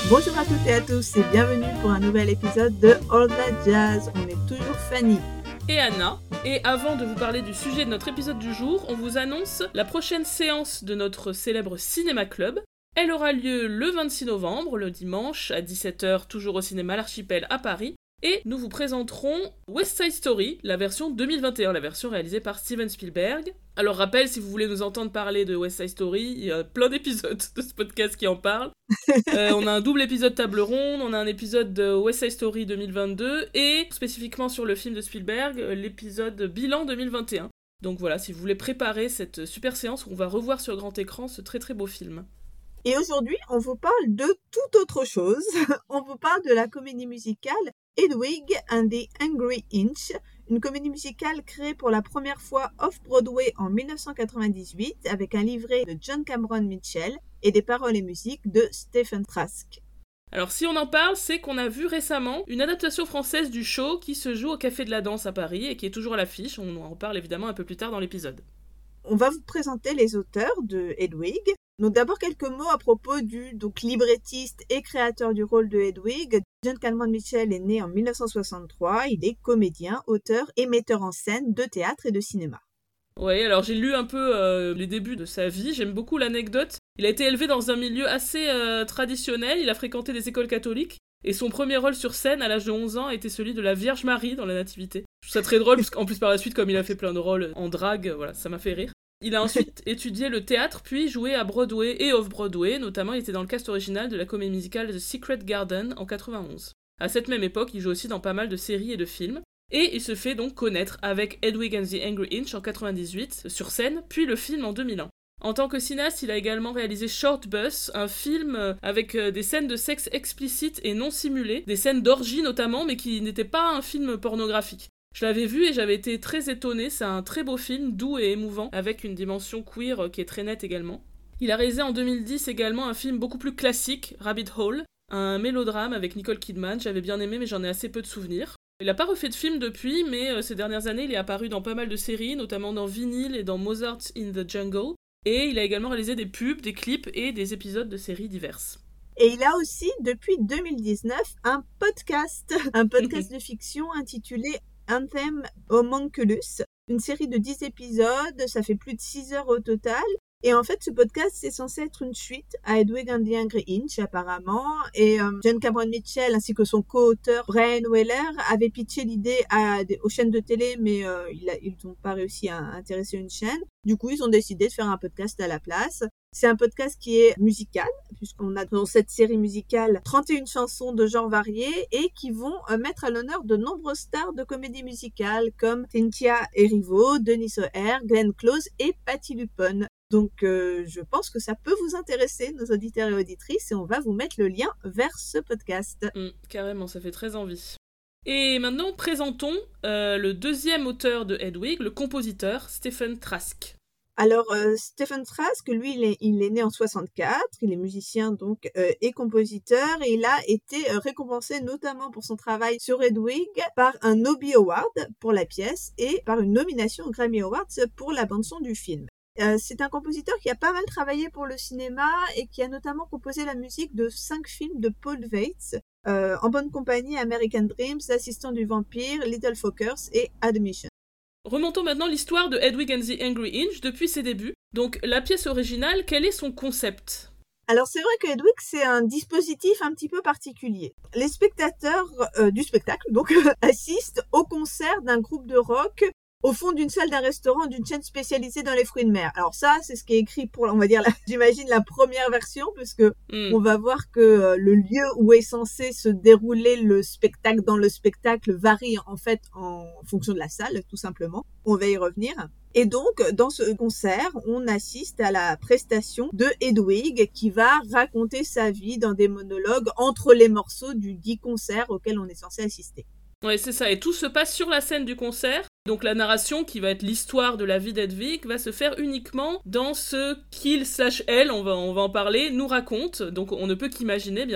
Bonjour à toutes et à tous et bienvenue pour un nouvel épisode de All That Jazz. On est toujours Fanny et Anna. Et avant de vous parler du sujet de notre épisode du jour, on vous annonce la prochaine séance de notre célèbre Cinéma Club. Elle aura lieu le 26 novembre, le dimanche, à 17h, toujours au cinéma L'Archipel à Paris. Et nous vous présenterons West Side Story, la version 2021, la version réalisée par Steven Spielberg. Alors rappel, si vous voulez nous entendre parler de West Side Story, il y a plein d'épisodes de ce podcast qui en parlent. On a un double épisode table ronde, on a un épisode de West Side Story 2022 et spécifiquement sur le film de Spielberg, l'épisode bilan 2021. Donc voilà, si vous voulez préparer cette super séance où on va revoir sur grand écran ce très très beau film. Et aujourd'hui, on vous parle de toute autre chose. On vous parle de la comédie musicale Hedwig and the Angry Inch, une comédie musicale créée pour la première fois off-Broadway en 1998 avec un livret de John Cameron Mitchell et des paroles et musiques de Stephen Trask. Alors si on en parle, c'est qu'on a vu récemment une adaptation française du show qui se joue au Café de la Danse à Paris et qui est toujours à l'affiche. On en parle évidemment un peu plus tard dans l'épisode. On va vous présenter les auteurs de Hedwig. Donc d'abord quelques mots à propos du librettiste et créateur du rôle de Hedwig. John Cameron Mitchell est né en 1963, il est comédien, auteur et metteur en scène de théâtre et de cinéma. Oui, alors j'ai lu un peu les débuts de sa vie, j'aime beaucoup l'anecdote. Il a été élevé dans un milieu assez traditionnel, il a fréquenté des écoles catholiques, et son premier rôle sur scène à l'âge de 11 ans était celui de la Vierge Marie dans la Nativité. Je trouve ça très drôle, parce qu'en plus par la suite, comme il a fait plein de rôles en drague, voilà, ça m'a fait rire. Il a ensuite étudié le théâtre, puis joué à Broadway et off-Broadway, notamment il était dans le cast original de la comédie musicale The Secret Garden en 91. À cette même époque, il joue aussi dans pas mal de séries et de films, et il se fait donc connaître avec Hedwig and the Angry Inch en 98, sur scène, puis le film en 2001. En tant que cinéaste, il a également réalisé Short Bus, un film avec des scènes de sexe explicites et non simulées, des scènes d'orgie notamment, mais qui n'était pas un film pornographique. Je l'avais vu et j'avais été très étonnée, c'est un très beau film, doux et émouvant, avec une dimension queer qui est très nette également. Il a réalisé en 2010 également un film beaucoup plus classique, Rabbit Hole, un mélodrame avec Nicole Kidman, j'avais bien aimé mais j'en ai assez peu de souvenirs. Il n'a pas refait de film depuis, mais ces dernières années il est apparu dans pas mal de séries, notamment dans Vinyl et dans Mozart in the Jungle, et il a également réalisé des pubs, des clips et des épisodes de séries diverses. Et il a aussi, depuis 2019, un podcast de fiction intitulé Anthem Homunculus, une série de 10 épisodes, ça fait plus de 6 heures au total. Et en fait, ce podcast, c'est censé être une suite à Hedwig and the Angry Inch, apparemment. Et John Cameron Mitchell, ainsi que son co-auteur Brian Weller, avaient pitché l'idée aux chaînes de télé, mais ils n'ont pas réussi à intéresser une chaîne. Du coup, ils ont décidé de faire un podcast à la place. C'est un podcast qui est musical, puisqu'on a dans cette série musicale 31 chansons de genres variés et qui vont mettre à l'honneur de nombreuses stars de comédie musicale comme Cynthia Erivo, Denis O'Hare, Glenn Close et Patti LuPone. Donc je pense que ça peut vous intéresser, nos auditeurs et auditrices, et on va vous mettre le lien vers ce podcast. Carrément, ça fait très envie. Et maintenant, présentons le deuxième auteur de Hedwig, le compositeur Stephen Trask. Alors, Stephen Trask, lui, il est né en 64, il est musicien donc et compositeur, et il a été récompensé notamment pour son travail sur Hedwig par un Obie Award pour la pièce et par une nomination aux Grammy Awards pour la bande-son du film. C'est un compositeur qui a pas mal travaillé pour le cinéma et qui a notamment composé la musique de 5 films de Paul Weitz, En bonne compagnie, American Dreams, L'assistant du vampire, Little Fockers et Admission. Remontons maintenant l'histoire de Hedwig and the Angry Inch depuis ses débuts. Donc la pièce originale, quel est son concept ? Alors c'est vrai que Hedwig, c'est un dispositif un petit peu particulier. Les spectateurs du spectacle donc assistent au concert d'un groupe de rock au fond d'une salle d'un restaurant d'une chaîne spécialisée dans les fruits de mer. Alors ça, c'est ce qui est écrit pour, on va dire, j'imagine la première version, parce que on va voir que le lieu où est censé se dérouler le spectacle dans le spectacle varie en fait en fonction de la salle, tout simplement. On va y revenir. Et donc, dans ce concert, on assiste à la prestation de Hedwig qui va raconter sa vie dans des monologues entre les morceaux du dit concert auquel on est censé assister. Ouais, c'est ça. Et tout se passe sur la scène du concert. Donc la narration, qui va être l'histoire de la vie d'Hedwig, va se faire uniquement dans ce qu'il/elle, on va en parler, nous raconte. Donc on ne peut qu'imaginer, bien sûr.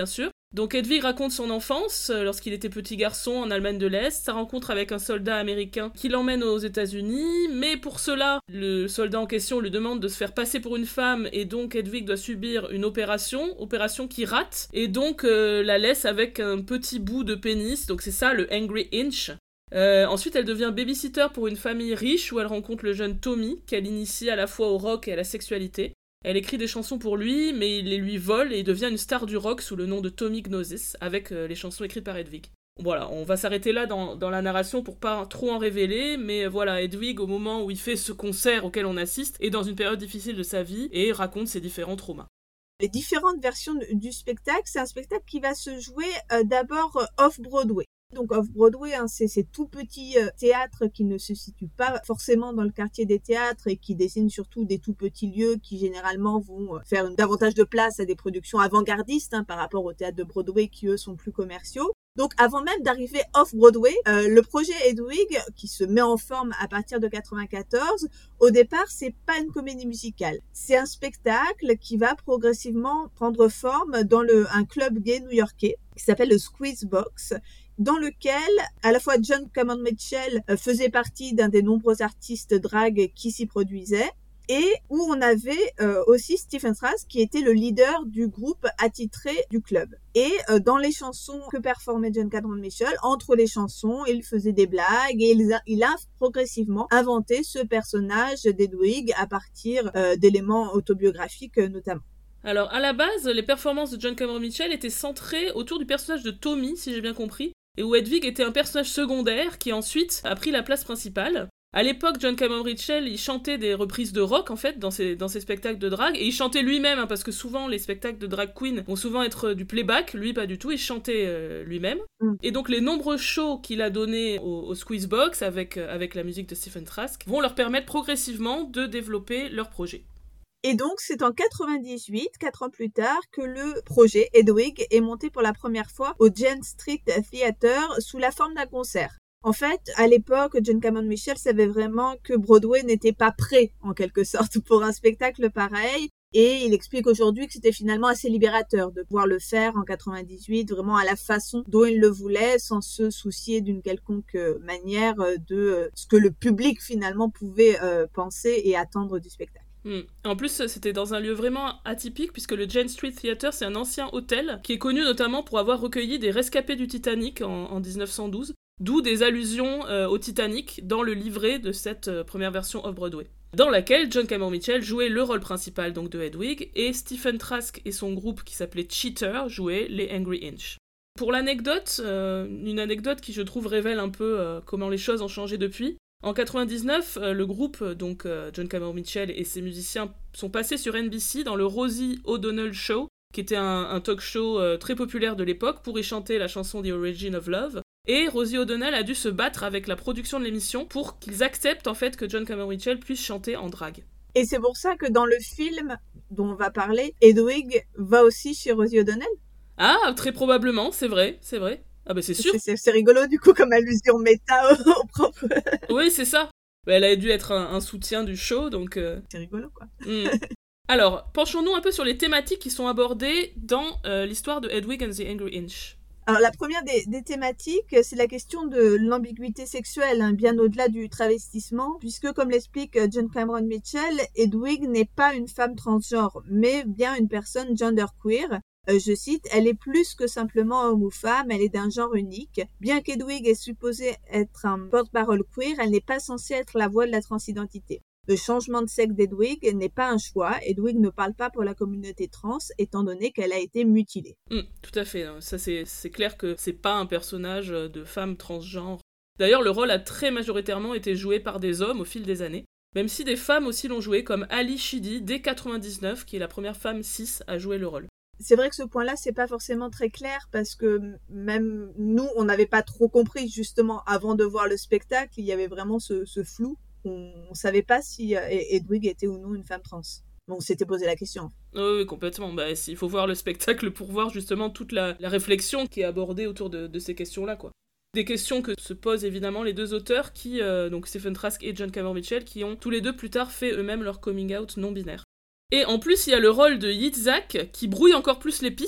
Donc Hedwig raconte son enfance, lorsqu'il était petit garçon en Allemagne de l'Est, sa rencontre avec un soldat américain qui l'emmène aux États-Unis, mais pour cela, le soldat en question lui demande de se faire passer pour une femme, et donc Hedwig doit subir une opération qui rate, et donc la laisse avec un petit bout de pénis, donc c'est ça le Angry Inch. Ensuite, elle devient babysitter pour une famille riche où elle rencontre le jeune Tommy, qu'elle initie à la fois au rock et à la sexualité. Elle écrit des chansons pour lui, mais il les lui vole et il devient une star du rock sous le nom de Tommy Gnosis, avec les chansons écrites par Hedwig. Voilà, on va s'arrêter là dans la narration pour pas trop en révéler, mais voilà, Hedwig, au moment où il fait ce concert auquel on assiste, est dans une période difficile de sa vie et raconte ses différents traumas. Les différentes versions du spectacle, c'est un spectacle qui va se jouer d'abord off-Broadway. Donc off-Broadway, c'est ces tout petits théâtres qui ne se situent pas forcément dans le quartier des théâtres et qui dessinent surtout des tout petits lieux qui généralement vont faire davantage de place à des productions avant-gardistes par rapport aux théâtres de Broadway qui eux sont plus commerciaux. Donc avant même d'arriver off-Broadway, le projet Hedwig, qui se met en forme à partir de 94, au départ c'est pas une comédie musicale. C'est un spectacle qui va progressivement prendre forme dans un club gay new-yorkais qui s'appelle le Squeeze Box, dans lequel à la fois John Cameron Mitchell faisait partie d'un des nombreux artistes drag qui s'y produisaient, et où on avait aussi Stephen Trask qui était le leader du groupe attitré du club. Et dans les chansons que performait John Cameron Mitchell, entre les chansons, il faisait des blagues et il a progressivement inventé ce personnage d'Hedwig à partir d'éléments autobiographiques notamment. Alors, à la base, les performances de John Cameron Mitchell étaient centrées autour du personnage de Tommy, si j'ai bien compris, et où Hedwig était un personnage secondaire qui ensuite a pris la place principale. À l'époque, John Cameron Mitchell, il chantait des reprises de rock, en fait, dans ses spectacles de drague, et il chantait lui-même, parce que souvent, les spectacles de drag queen vont souvent être du playback, lui, pas du tout, il chantait lui-même. Et donc, les nombreux shows qu'il a donnés au Squeeze Box, avec la musique de Stephen Trask, vont leur permettre progressivement de développer leur projet. Et donc, c'est en 98, 4 ans plus tard, que le projet Hedwig est monté pour la première fois au Jane Street Theatre sous la forme d'un concert. En fait, à l'époque, John Cameron Mitchell savait vraiment que Broadway n'était pas prêt, en quelque sorte, pour un spectacle pareil. Et il explique aujourd'hui que c'était finalement assez libérateur de pouvoir le faire en 98, vraiment à la façon dont il le voulait, sans se soucier d'une quelconque manière de ce que le public finalement pouvait penser et attendre du spectacle. En plus, c'était dans un lieu vraiment atypique, puisque le Jane Street Theatre, c'est un ancien hôtel qui est connu notamment pour avoir recueilli des rescapés du Titanic en 1912, d'où des allusions au Titanic dans le livret de cette première version off-Broadway, dans laquelle John Cameron Mitchell jouait le rôle principal donc de Hedwig, et Stephen Trask et son groupe qui s'appelait Cheater jouaient les Angry Inch. Pour l'anecdote, une anecdote qui je trouve révèle un peu comment les choses ont changé depuis. En 99, le groupe, donc John Cameron Mitchell et ses musiciens, sont passés sur NBC dans le Rosie O'Donnell Show, qui était un talk show très populaire de l'époque, pour y chanter la chanson The Origin of Love. Et Rosie O'Donnell a dû se battre avec la production de l'émission pour qu'ils acceptent en fait que John Cameron Mitchell puisse chanter en drague. Et c'est pour ça que dans le film dont on va parler, Hedwig va aussi chez Rosie O'Donnell. Ah, très probablement, c'est vrai. Ah bah c'est sûr. C'est rigolo du coup comme allusion méta au propre. Oui, c'est ça. Elle a dû être un soutien du show, donc... C'est rigolo, quoi. Alors, penchons-nous un peu sur les thématiques qui sont abordées dans l'histoire de Hedwig and the Angry Inch. Alors, la première des thématiques, c'est la question de l'ambiguïté sexuelle, bien au-delà du travestissement, puisque, comme l'explique John Cameron Mitchell, Hedwig n'est pas une femme transgenre, mais bien une personne genderqueer. Je cite, « Elle est plus que simplement homme ou femme, elle est d'un genre unique. Bien qu'Hedwig est supposée être un porte-parole queer, elle n'est pas censée être la voix de la transidentité. Le changement de sexe d'Hedwig n'est pas un choix. Hedwig ne parle pas pour la communauté trans, étant donné qu'elle a été mutilée. » Tout à fait. Ça, c'est clair que c'est pas un personnage de femme transgenre. D'ailleurs, le rôle a très majoritairement été joué par des hommes au fil des années, même si des femmes aussi l'ont joué, comme Ali Sheedy, dès 99, qui est la première femme cis à jouer le rôle. C'est vrai que ce point-là, c'est pas forcément très clair parce que même nous, on n'avait pas trop compris justement avant de voir le spectacle. Il y avait vraiment ce flou. On savait pas si Hedwig était ou non une femme trans. On s'était posé la question. Oui, complètement. Il faut voir le spectacle pour voir justement toute la réflexion qui est abordée autour de ces questions-là, quoi. Des questions que se posent évidemment les deux auteurs qui, donc Stephen Trask et John Cameron Mitchell, qui ont tous les deux plus tard fait eux-mêmes leur coming out non binaire. Et en plus, il y a le rôle de Yitzhak qui brouille encore plus les pistes,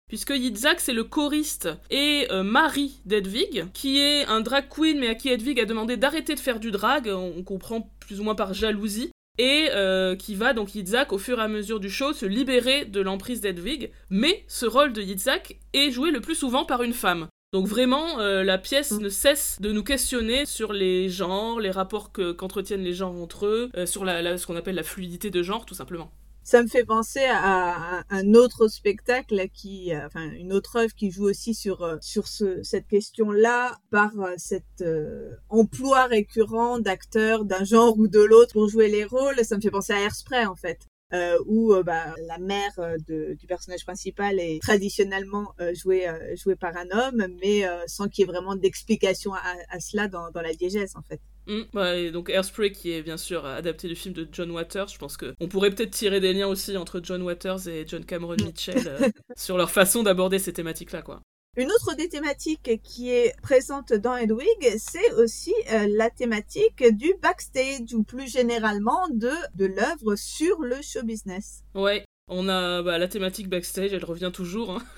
puisque Yitzhak, c'est le choriste et mari d'Edwig, qui est un drag queen, mais à qui Edwig a demandé d'arrêter de faire du drag, on comprend plus ou moins par jalousie, et qui va donc Yitzhak, au fur et à mesure du show, se libérer de l'emprise d'Edwig, mais ce rôle de Yitzhak est joué le plus souvent par une femme. Donc vraiment, la pièce ne cesse de nous questionner sur les genres, les rapports qu'entretiennent les genres entre eux, sur ce qu'on appelle la fluidité de genre, tout simplement. Ça me fait penser à un autre spectacle une autre œuvre qui joue aussi sur cette question-là par cet emploi récurrent d'acteurs d'un genre ou de l'autre pour jouer les rôles. Ça me fait penser à Hairspray en fait. Où la mère du personnage principal est traditionnellement jouée par un homme, mais sans qu'il y ait vraiment d'explication à cela dans la diégèse en fait. Ouais, donc Hairspray qui est bien sûr adapté du film de John Waters, je pense qu'on pourrait peut-être tirer des liens aussi entre John Waters et John Cameron Mitchell sur leur façon d'aborder ces thématiques-là, quoi. Une autre des thématiques qui est présente dans Hedwig, c'est aussi la thématique du backstage, ou plus généralement de l'œuvre sur le show business. Ouais, on a la thématique backstage, elle revient toujours, hein.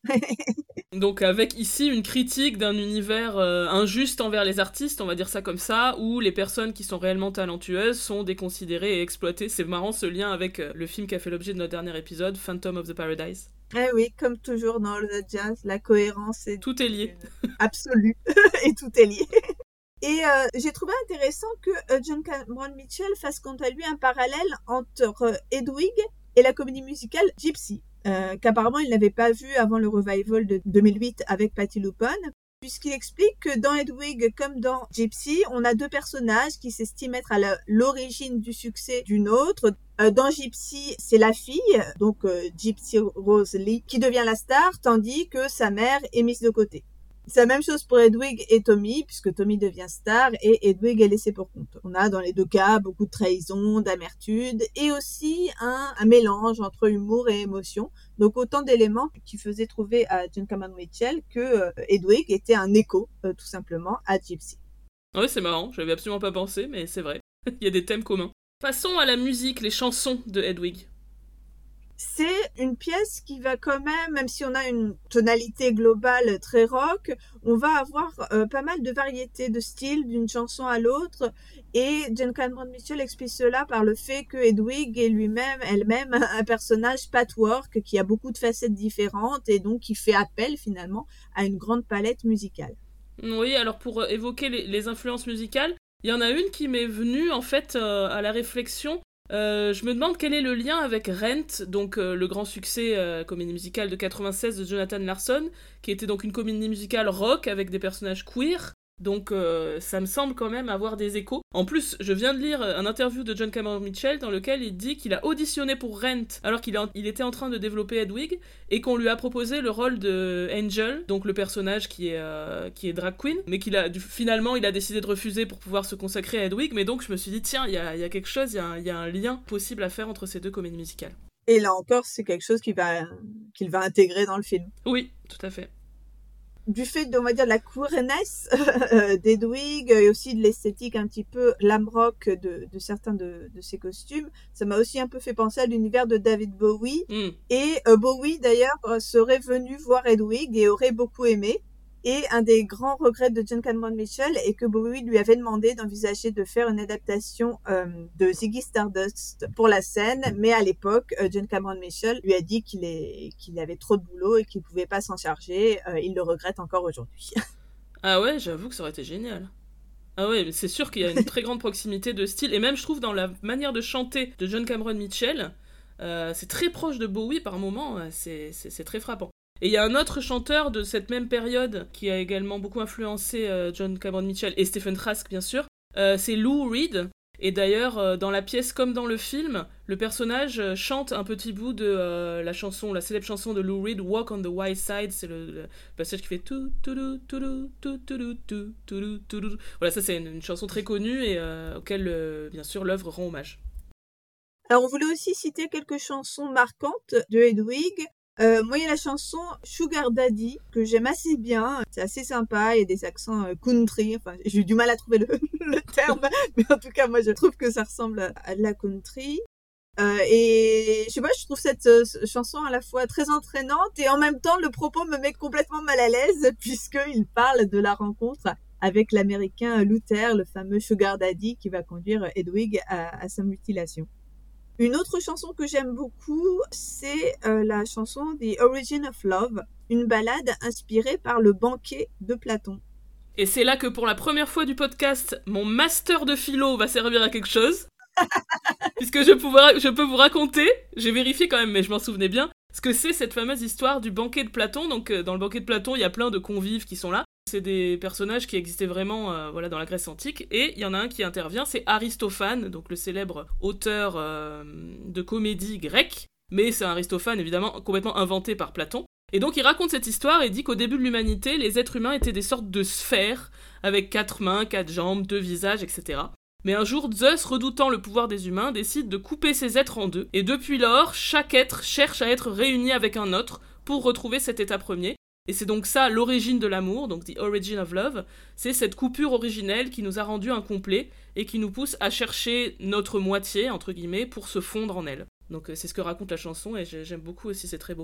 Donc avec ici une critique d'un univers injuste envers les artistes, on va dire ça comme ça, où les personnes qui sont réellement talentueuses sont déconsidérées et exploitées. C'est marrant ce lien avec le film qui a fait l'objet de notre dernier épisode, Phantom of the Paradise. Eh oui, comme toujours dans le jazz, la cohérence est... Tout est lié. Absolue, et tout est lié. Et j'ai trouvé intéressant que John Cameron Mitchell fasse quant à lui un parallèle entre Hedwig et la comédie musicale Gypsy. Qu'apparemment il n'avait pas vu avant le revival de 2008 avec Patti LuPone, puisqu'il explique que dans Hedwig comme dans Gypsy, on a deux personnages qui s'estiment être à l'origine du succès d'une autre. Dans Gypsy, c'est la fille, donc Gypsy Rose Lee, qui devient la star, tandis que sa mère est mise de côté. C'est la même chose pour Hedwig et Tommy, puisque Tommy devient star et Hedwig est laissé pour compte. On a dans les deux cas beaucoup de trahison, d'amertume et aussi un mélange entre humour et émotion. Donc autant d'éléments qui faisaient trouver à John Cameron Mitchell que Hedwig était un écho, tout simplement, à Gypsy. Ouais, c'est marrant, j'avais absolument pas pensé, mais c'est vrai. Il y a des thèmes communs. Passons à la musique, les chansons de Hedwig. C'est une pièce qui va quand même si on a une tonalité globale très rock, on va avoir pas mal de variétés de styles d'une chanson à l'autre. Et John Cameron Mitchell explique cela par le fait que Hedwig est elle-même un personnage patchwork qui a beaucoup de facettes différentes et donc qui fait appel finalement à une grande palette musicale. Oui, alors pour évoquer les influences musicales, il y en a une qui m'est venue en fait à la réflexion. Je me demande quel est le lien avec Rent, donc le grand succès comédie musicale de 96 de Jonathan Larson, qui était donc une comédie musicale rock avec des personnages queer. Donc ça me semble quand même avoir des échos. En plus, je viens de lire un interview de John Cameron Mitchell dans lequel il dit qu'il a auditionné pour Rent alors qu'il était en train de développer Hedwig et qu'on lui a proposé le rôle de Angel, donc le personnage qui est drag queen, mais finalement il a décidé de refuser pour pouvoir se consacrer à Hedwig. Mais donc je me suis dit tiens, il y a quelque chose, il y a un lien possible à faire entre ces deux comédies musicales. Et là encore, c'est quelque chose qu'il va intégrer dans le film. Oui, tout à fait. Du fait de, on va dire, de la queerness d'Hedwig et aussi de l'esthétique un petit peu glam rock de certains de ses costumes, ça m'a aussi un peu fait penser à l'univers de David Bowie. Et Bowie d'ailleurs serait venu voir Hedwig et aurait beaucoup aimé. Et un des grands regrets de John Cameron Mitchell est que Bowie lui avait demandé d'envisager de faire une adaptation de Ziggy Stardust pour la scène, mais à l'époque, John Cameron Mitchell lui a dit qu'il avait trop de boulot et qu'il pouvait pas s'en charger. Il le regrette encore aujourd'hui. Ah ouais, j'avoue que ça aurait été génial. Ah ouais, mais c'est sûr qu'il y a une très grande proximité de style, et même je trouve dans la manière de chanter de John Cameron Mitchell, c'est très proche de Bowie par moments, c'est très frappant. Et il y a un autre chanteur de cette même période qui a également beaucoup influencé John Cameron Mitchell et Stephen Trask bien sûr, c'est Lou Reed. Et d'ailleurs, dans la pièce comme dans le film, le personnage chante un petit bout de la célèbre chanson de Lou Reed, Walk on the Wild Side. C'est le passage qui fait tout. Voilà, ça c'est une chanson très connue et auquel, bien sûr, l'œuvre rend hommage. Alors, on voulait aussi citer quelques chansons marquantes de Hedwig. Moi, il y a la chanson Sugar Daddy, que j'aime assez bien. C'est assez sympa, il y a des accents country. Enfin, j'ai eu du mal à trouver le terme, mais en tout cas, moi, je trouve que ça ressemble à de la country. Et je sais pas, je trouve cette chanson à la fois très entraînante et en même temps le propos me met complètement mal à l'aise puisqu'il parle de la rencontre avec l'américain Luther, le fameux sugar daddy qui va conduire Hedwig à sa mutilation. Une autre chanson que j'aime beaucoup, c'est la chanson The Origin of Love, une ballade inspirée par le banquet de Platon. Et c'est là que pour la première fois du podcast, mon master de philo va servir à quelque chose. Puisque je peux vous raconter, j'ai vérifié quand même, mais je m'en souvenais bien, ce que c'est cette fameuse histoire du banquet de Platon. Donc dans le banquet de Platon, il y a plein de convives qui sont là. C'est des personnages qui existaient vraiment dans la Grèce antique. Et il y en a un qui intervient, c'est Aristophane, donc le célèbre auteur de comédie grecque. Mais c'est un Aristophane évidemment complètement inventé par Platon. Et donc il raconte cette histoire et dit qu'au début de l'humanité, les êtres humains étaient des sortes de sphères, avec 4 mains, 4 jambes, 2 visages, etc. Mais un jour, Zeus, redoutant le pouvoir des humains, décide de couper ces êtres en deux. Et depuis lors, chaque être cherche à être réuni avec un autre pour retrouver cet état premier. Et c'est donc ça l'origine de l'amour, donc the origin of love. C'est cette coupure originelle qui nous a rendus incomplets et qui nous pousse à chercher notre moitié, entre guillemets, pour se fondre en elle. Donc c'est ce que raconte la chanson et j'aime beaucoup aussi, c'est très beau.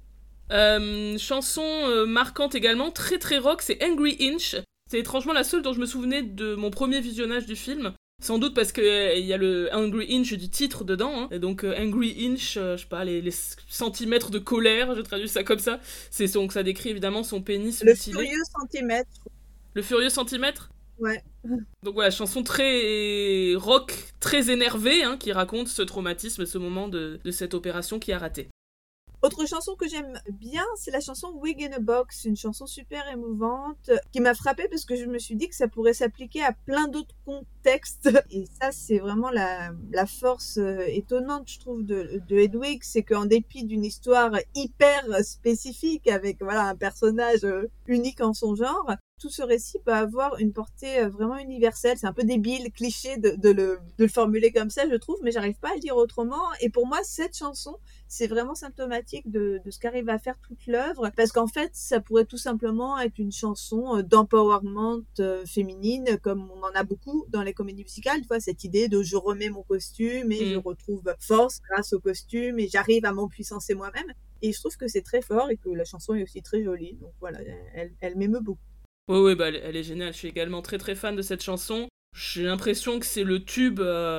Chanson marquante également, très très rock, c'est Angry Inch. C'est étrangement la seule dont je me souvenais de mon premier visionnage du film. Sans doute parce qu'il y a le Angry Inch du titre dedans. Hein. Et donc Angry Inch, je sais pas, les centimètres de colère, je traduis ça comme ça. Donc ça décrit évidemment son pénis mutilé. Le furieux centimètre. Le furieux centimètre ? Ouais. Donc voilà, chanson très rock, très énervée, hein, qui raconte ce traumatisme, ce moment de cette opération qui a raté. Autre chanson que j'aime bien, c'est la chanson Wig in a Box, une chanson super émouvante qui m'a frappée parce que je me suis dit que ça pourrait s'appliquer à plein d'autres contextes. Et ça, c'est vraiment la force étonnante, je trouve, de Hedwig, c'est qu'en dépit d'une histoire hyper spécifique avec voilà un personnage unique en son genre, tout ce récit peut avoir une portée vraiment universelle. C'est un peu débile, cliché de le formuler comme ça, je trouve, mais j'arrive pas à le dire autrement. Et pour moi, cette chanson, c'est vraiment symptomatique de ce qu'arrive à faire toute l'œuvre, parce qu'en fait, ça pourrait tout simplement être une chanson d'empowerment féminine, comme on en a beaucoup dans les comédies musicales. Une fois, cette idée de je remets mon costume et je retrouve force grâce au costume et j'arrive à m'empuissancer moi-même. Et je trouve que c'est très fort et que la chanson est aussi très jolie. Donc voilà, elle m'émeut beaucoup. Oui, bah elle est géniale. Je suis également très très fan de cette chanson. J'ai l'impression que c'est le tube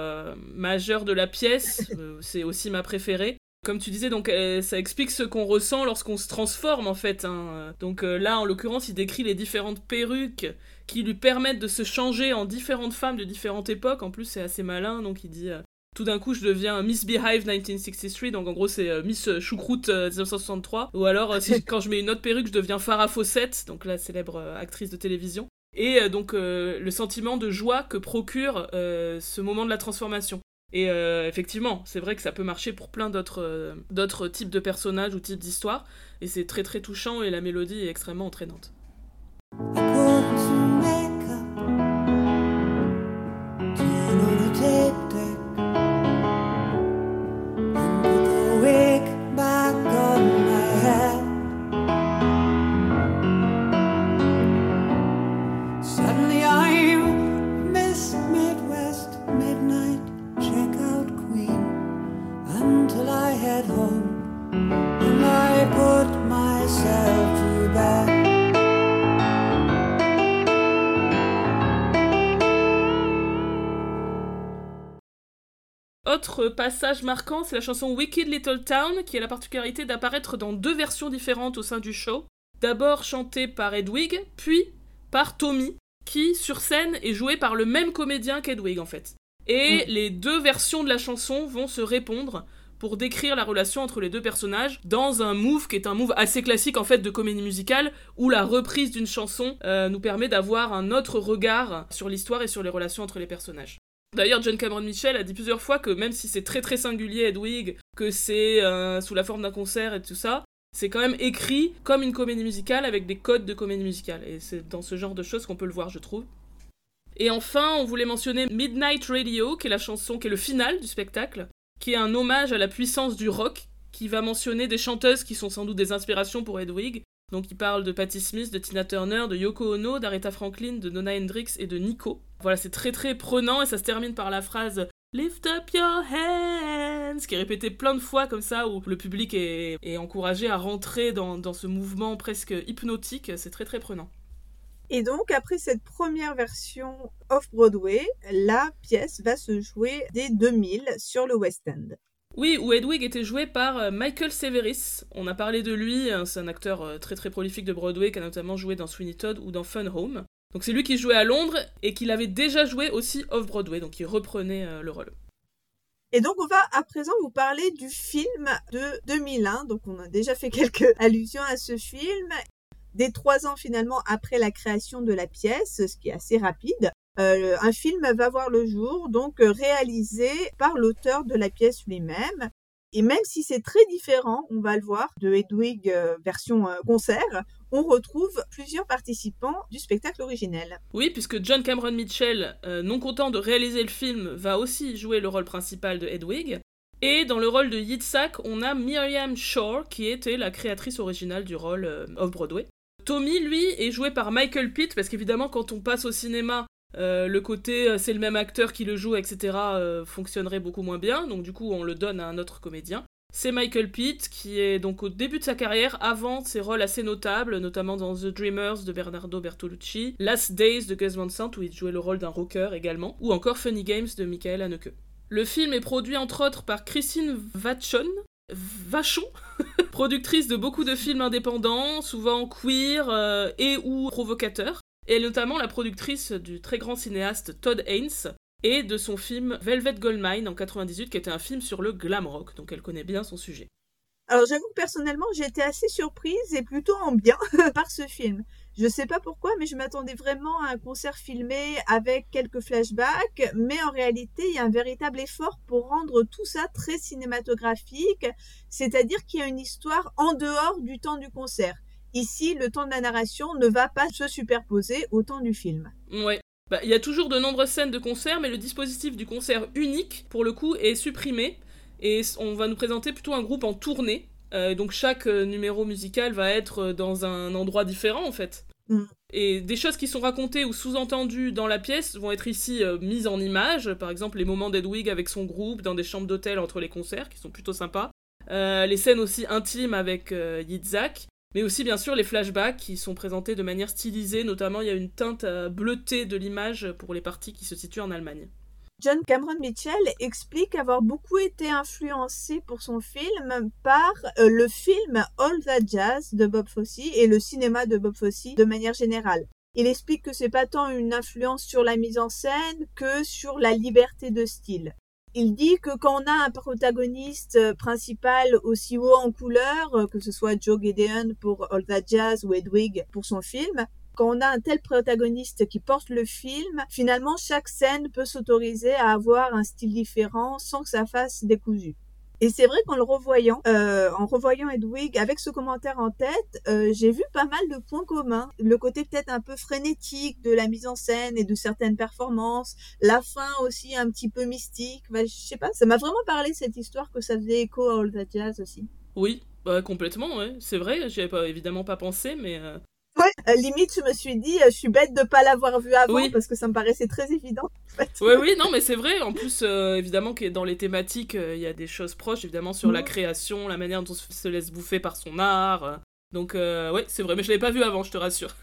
majeur de la pièce. C'est aussi ma préférée. Comme tu disais, donc ça explique ce qu'on ressent lorsqu'on se transforme en fait. Hein. Donc là, en l'occurrence, il décrit les différentes perruques qui lui permettent de se changer en différentes femmes de différentes époques. En plus, c'est assez malin. Donc il dit tout d'un coup, je deviens Miss Beehive 1963. Donc en gros, c'est Miss Choucroute 1963. Ou alors, quand je mets une autre perruque, je deviens Farrah Fawcett, donc la célèbre actrice de télévision. Et donc le sentiment de joie que procure ce moment de la transformation. Et effectivement, c'est vrai que ça peut marcher pour plein d'autres types de personnages ou types d'histoires, et c'est très très touchant et la mélodie est extrêmement entraînante. Autre passage marquant, c'est la chanson Wicked Little Town, qui a la particularité d'apparaître dans 2 versions différentes au sein du show. D'abord chantée par Hedwig, puis par Tommy, qui, sur scène, est joué par le même comédien qu'Hedwig, en fait. Et les 2 versions de la chanson vont se répondre pour décrire la relation entre les 2 personnages dans un move qui est un move assez classique, en fait, de comédie musicale, où la reprise d'une chanson nous permet d'avoir un autre regard sur l'histoire et sur les relations entre les personnages. D'ailleurs, John Cameron Mitchell a dit plusieurs fois que même si c'est très très singulier Hedwig, que c'est sous la forme d'un concert et tout ça, c'est quand même écrit comme une comédie musicale avec des codes de comédie musicale. Et c'est dans ce genre de choses qu'on peut le voir, je trouve. Et enfin, on voulait mentionner Midnight Radio, qui est la chanson, qui est le final du spectacle, qui est un hommage à la puissance du rock, qui va mentionner des chanteuses qui sont sans doute des inspirations pour Hedwig. Donc il parle de Patti Smith, de Tina Turner, de Yoko Ono, d'Aretha Franklin, de Nona Hendrix et de Nico. Voilà, c'est très très prenant et ça se termine par la phrase « Lift up your head ». dance, qui est répété plein de fois comme ça, où le public est encouragé à rentrer dans ce mouvement presque hypnotique. C'est très très prenant. Et donc, après cette première version off-Broadway, la pièce va se jouer dès 2000 sur le West End. Oui, où Hedwig était joué par Michael Severis. On a parlé de lui, c'est un acteur très très prolifique de Broadway qui a notamment joué dans Sweeney Todd ou dans Fun Home. Donc c'est lui qui jouait à Londres et qui l'avait déjà joué aussi off-Broadway, donc il reprenait le rôle. Et donc, on va à présent vous parler du film de 2001. Donc, on a déjà fait quelques allusions à ce film. Dès 3 ans finalement après la création de la pièce, ce qui est assez rapide, un film va voir le jour, donc réalisé par l'auteur de la pièce lui-même. Et même si c'est très différent, on va le voir, de Hedwig version concert, on retrouve plusieurs participants du spectacle originel. Oui, puisque John Cameron Mitchell, non content de réaliser le film, va aussi jouer le rôle principal de Hedwig. Et dans le rôle de Yitzhak, on a Miriam Shore, qui était la créatrice originale du rôle off-Broadway. Tommy, lui, est joué par Michael Pitt, parce qu'évidemment, quand on passe au cinéma, le côté c'est le même acteur qui le joue, etc., fonctionnerait beaucoup moins bien, donc du coup, on le donne à un autre comédien. C'est Michael Pitt, qui est donc au début de sa carrière, avant ses rôles assez notables, notamment dans The Dreamers de Bernardo Bertolucci, Last Days de Gus Van Sant, où il jouait le rôle d'un rocker également, ou encore Funny Games de Michael Haneke. Le film est produit entre autres par Christine Vachon, productrice de beaucoup de films indépendants, souvent queer et ou provocateurs, et notamment la productrice du très grand cinéaste Todd Haynes, et de son film Velvet Goldmine en 98, qui était un film sur le glam rock, donc elle connaît bien son sujet. Alors j'avoue que personnellement, j'ai été assez surprise et plutôt en bien par ce film. Je sais pas pourquoi, mais je m'attendais vraiment à un concert filmé avec quelques flashbacks, mais en réalité, il y a un véritable effort pour rendre tout ça très cinématographique, c'est-à-dire qu'il y a une histoire en dehors du temps du concert. Ici, le temps de la narration ne va pas se superposer au temps du film. Ouais. Il y a toujours de nombreuses scènes de concert, mais le dispositif du concert unique, pour le coup, est supprimé. Et on va nous présenter plutôt un groupe en tournée. Donc chaque numéro musical va être dans un endroit différent, en fait. Et des choses qui sont racontées ou sous-entendues dans la pièce vont être ici mises en images. Par exemple, les moments d'Hedwig avec son groupe dans des chambres d'hôtel entre les concerts, qui sont plutôt sympas. Les scènes aussi intimes avec Yitzhak. Mais aussi, bien sûr, les flashbacks qui sont présentés de manière stylisée. Notamment, il y a une teinte bleutée de l'image pour les parties qui se situent en Allemagne. John Cameron Mitchell explique avoir beaucoup été influencé pour son film par le film All That Jazz de Bob Fosse et le cinéma de Bob Fosse de manière générale. Il explique que c'est pas tant une influence sur la mise en scène que sur la liberté de style. Il dit que quand on a un protagoniste principal aussi haut en couleur, que ce soit Joe Gideon pour All That Jazz ou Hedwig pour son film, quand on a un tel protagoniste qui porte le film, finalement chaque scène peut s'autoriser à avoir un style différent sans que ça fasse décousu. Et c'est vrai qu'en en revoyant Hedwig avec ce commentaire en tête, j'ai vu pas mal de points communs. Le côté peut-être un peu frénétique de la mise en scène et de certaines performances, la fin aussi un petit peu mystique. Je sais pas, ça m'a vraiment parlé cette histoire que ça faisait écho à All That Jazz aussi. Oui, complètement, ouais. C'est vrai, j'y avais évidemment pas pensé, mais... Ouais, limite, je me suis dit, je suis bête de pas l'avoir vu avant, oui. Parce que ça me paraissait très évident. En fait. Oui, non, mais c'est vrai. En plus, évidemment, que dans les thématiques, il y a des choses proches, évidemment, sur la création, la manière dont on se laisse bouffer par son art. Donc, ouais, c'est vrai, mais je l'avais pas vu avant, je te rassure.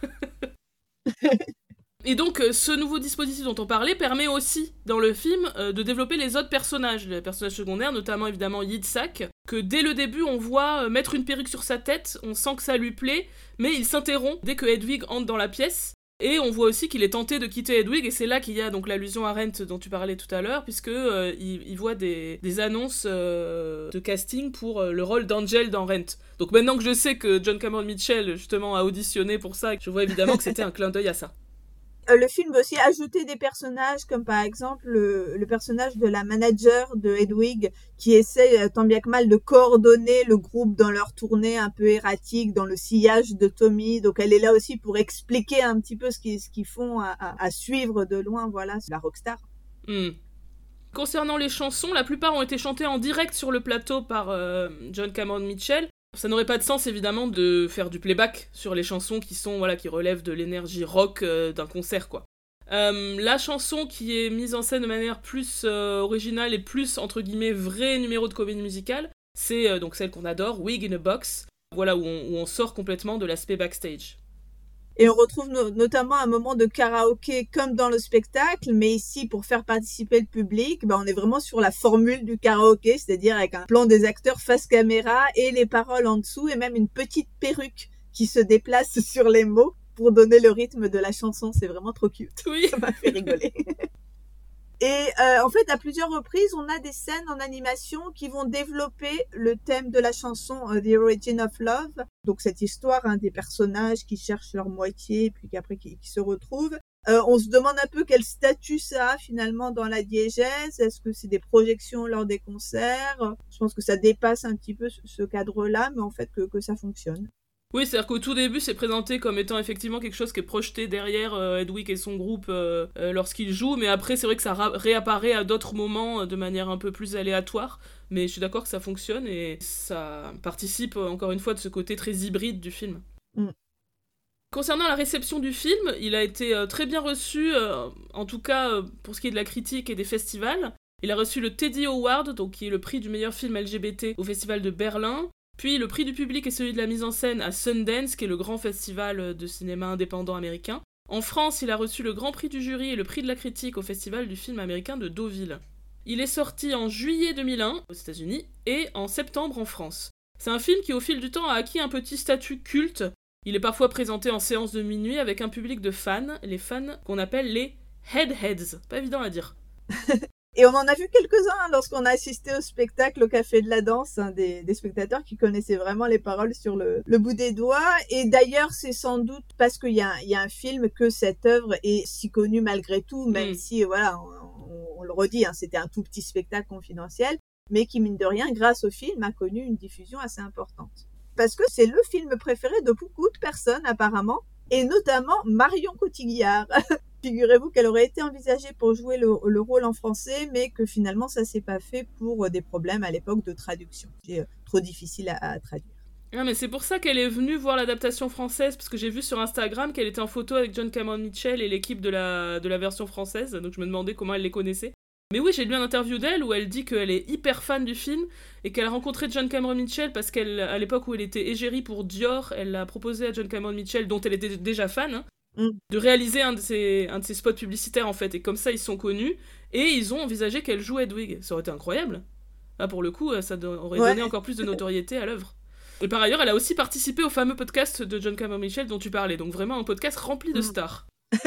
Et donc, ce nouveau dispositif dont on parlait permet aussi, dans le film, de développer les autres personnages, les personnages secondaires, notamment évidemment Yitzhak, que dès le début, on voit mettre une perruque sur sa tête, on sent que ça lui plaît, mais il s'interrompt dès que Hedwig entre dans la pièce, et on voit aussi qu'il est tenté de quitter Hedwig, et c'est là qu'il y a donc l'allusion à Rent dont tu parlais tout à l'heure, puisque il voit des annonces de casting pour le rôle d'Angel dans Rent. Donc maintenant que je sais que John Cameron Mitchell, justement, a auditionné pour ça, je vois évidemment que c'était un clin d'œil à ça. Le film veut aussi ajouter des personnages comme par exemple le personnage de la manager de Hedwig qui essaie tant bien que mal de coordonner le groupe dans leur tournée un peu erratique dans le sillage de Tommy. Donc elle est là aussi pour expliquer un petit peu ce qu'ils font à suivre de loin, voilà, la rockstar. Concernant les chansons, la plupart ont été chantées en direct sur le plateau par John Cameron Mitchell. Ça n'aurait pas de sens, évidemment, de faire du playback sur les chansons qui relèvent de l'énergie rock d'un concert, quoi. La chanson qui est mise en scène de manière plus originale et plus, entre guillemets, vrai numéro de comédie musicale, c'est donc celle qu'on adore, Wig in a Box, voilà, où on sort complètement de l'aspect backstage. Et on retrouve notamment un moment de karaoké comme dans le spectacle, mais ici, pour faire participer le public, on est vraiment sur la formule du karaoké, c'est-à-dire avec un plan des acteurs face caméra et les paroles en dessous, et même une petite perruque qui se déplace sur les mots pour donner le rythme de la chanson. C'est vraiment trop cute. Oui. Ça m'a fait rigoler. Et en fait, à plusieurs reprises, on a des scènes en animation qui vont développer le thème de la chanson The Origin of Love. Donc cette histoire des personnages qui cherchent leur moitié, puis qu'après qui se retrouvent. On se demande un peu quel statut ça a finalement dans la diégèse. Est-ce que c'est des projections lors des concerts? Je pense que ça dépasse un petit peu ce cadre-là, mais en fait que ça fonctionne. Oui, c'est-à-dire qu'au tout début, c'est présenté comme étant effectivement quelque chose qui est projeté derrière Hedwig et son groupe lorsqu'ils jouent, mais après, c'est vrai que ça réapparaît à d'autres moments de manière un peu plus aléatoire, mais je suis d'accord que ça fonctionne et ça participe encore une fois de ce côté très hybride du film. Concernant la réception du film, il a été très bien reçu, en tout cas pour ce qui est de la critique et des festivals. Il a reçu le Teddy Award, donc qui est le prix du meilleur film LGBT au festival de Berlin. Puis le prix du public et celui de la mise en scène à Sundance, qui est le grand festival de cinéma indépendant américain. En France, il a reçu le grand prix du jury et le prix de la critique au festival du film américain de Deauville. Il est sorti en juillet 2001 aux États-Unis et en septembre en France. C'est un film qui au fil du temps a acquis un petit statut culte. Il est parfois présenté en séance de minuit avec un public de fans, les fans qu'on appelle les Headheads. Pas évident à dire. Et on en a vu quelques-uns lorsqu'on a assisté au spectacle au Café de la Danse, des spectateurs qui connaissaient vraiment les paroles sur le bout des doigts. Et d'ailleurs, c'est sans doute parce qu'il y a un film que cette œuvre est si connue malgré tout, même si, voilà, on le redit, c'était un tout petit spectacle confidentiel, mais qui, mine de rien, grâce au film, a connu une diffusion assez importante. Parce que c'est le film préféré de beaucoup de personnes, apparemment, et notamment Marion Cotillard. Figurez-vous qu'elle aurait été envisagée pour jouer le rôle en français, mais que finalement ça s'est pas fait pour des problèmes à l'époque de traduction. C'est trop difficile à traduire. Ah, mais c'est pour ça qu'elle est venue voir l'adaptation française, parce que j'ai vu sur Instagram qu'elle était en photo avec John Cameron Mitchell et l'équipe de la version française, donc je me demandais comment elle les connaissait. Mais oui, j'ai lu une interview d'elle où elle dit qu'elle est hyper fan du film et qu'elle a rencontré John Cameron Mitchell parce qu'à l'époque où elle était égérie pour Dior, elle a proposé à John Cameron Mitchell, dont elle était déjà fan, de réaliser un de ses spots publicitaires en fait. Et comme ça, ils sont connus et ils ont envisagé qu'elle joue Hedwig. Ça aurait été incroyable. Là, pour le coup, ça aurait donné encore plus de notoriété à l'œuvre. Et par ailleurs, elle a aussi participé au fameux podcast de John Cameron Mitchell dont tu parlais. Donc vraiment un podcast rempli de stars.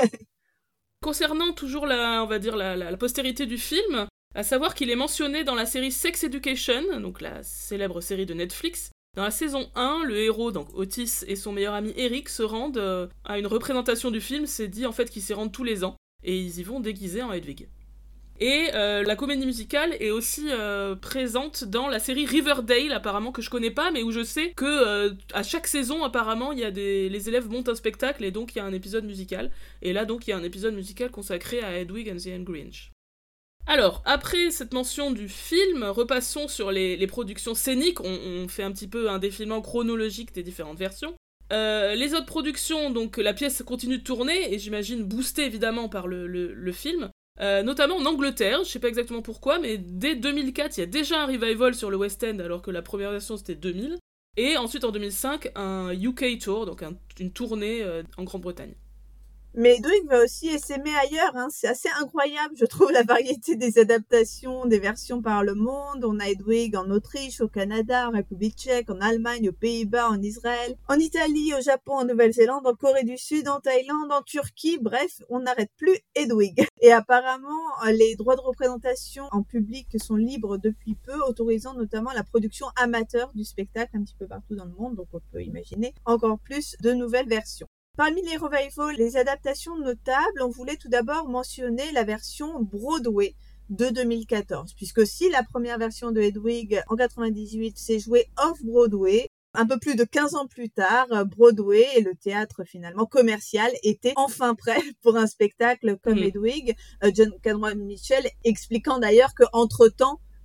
Concernant toujours on va dire la postérité du film, à savoir qu'il est mentionné dans la série Sex Education, donc la célèbre série de Netflix. Dans la saison 1, le héros, donc Otis, et son meilleur ami Eric se rendent à une représentation du film. C'est dit en fait qu'ils s'y rendent tous les ans, et ils y vont déguisés en Hedwig. Et la comédie musicale est aussi présente dans la série Riverdale, apparemment, que je connais pas, mais où je sais que à chaque saison, apparemment, les élèves montent un spectacle, et donc il y a un épisode musical. Et là, donc, il y a un épisode musical consacré à Hedwig and the Angry Inch. Alors, après cette mention du film, repassons sur les productions scéniques. On fait un petit peu un défilement chronologique des différentes versions. Les autres productions, donc la pièce continue de tourner, et j'imagine boostée évidemment par le film. Notamment en Angleterre, je sais pas exactement pourquoi, mais dès 2004, il y a déjà un revival sur le West End, alors que la première version c'était 2000. Et ensuite en 2005, un UK Tour, donc une tournée en Grande-Bretagne. Mais Hedwig va aussi essaimer ailleurs, c'est assez incroyable, je trouve, la variété des adaptations, des versions par le monde. On a Hedwig en Autriche, au Canada, en République tchèque, en Allemagne, aux Pays-Bas, en Israël, en Italie, au Japon, en Nouvelle-Zélande, en Corée du Sud, en Thaïlande, en Turquie, bref, on n'arrête plus Hedwig. Et apparemment, les droits de représentation en public sont libres depuis peu, autorisant notamment la production amateur du spectacle un petit peu partout dans le monde, donc on peut imaginer encore plus de nouvelles versions. Parmi les revivals, les adaptations notables, on voulait tout d'abord mentionner la version Broadway de 2014, puisque si la première version de Hedwig en 98 s'est jouée off-Broadway, un peu plus de 15 ans plus tard, Broadway et le théâtre finalement commercial étaient enfin prêts pour un spectacle comme Hedwig. John Cameron Mitchell expliquant d'ailleurs qu'entre-temps,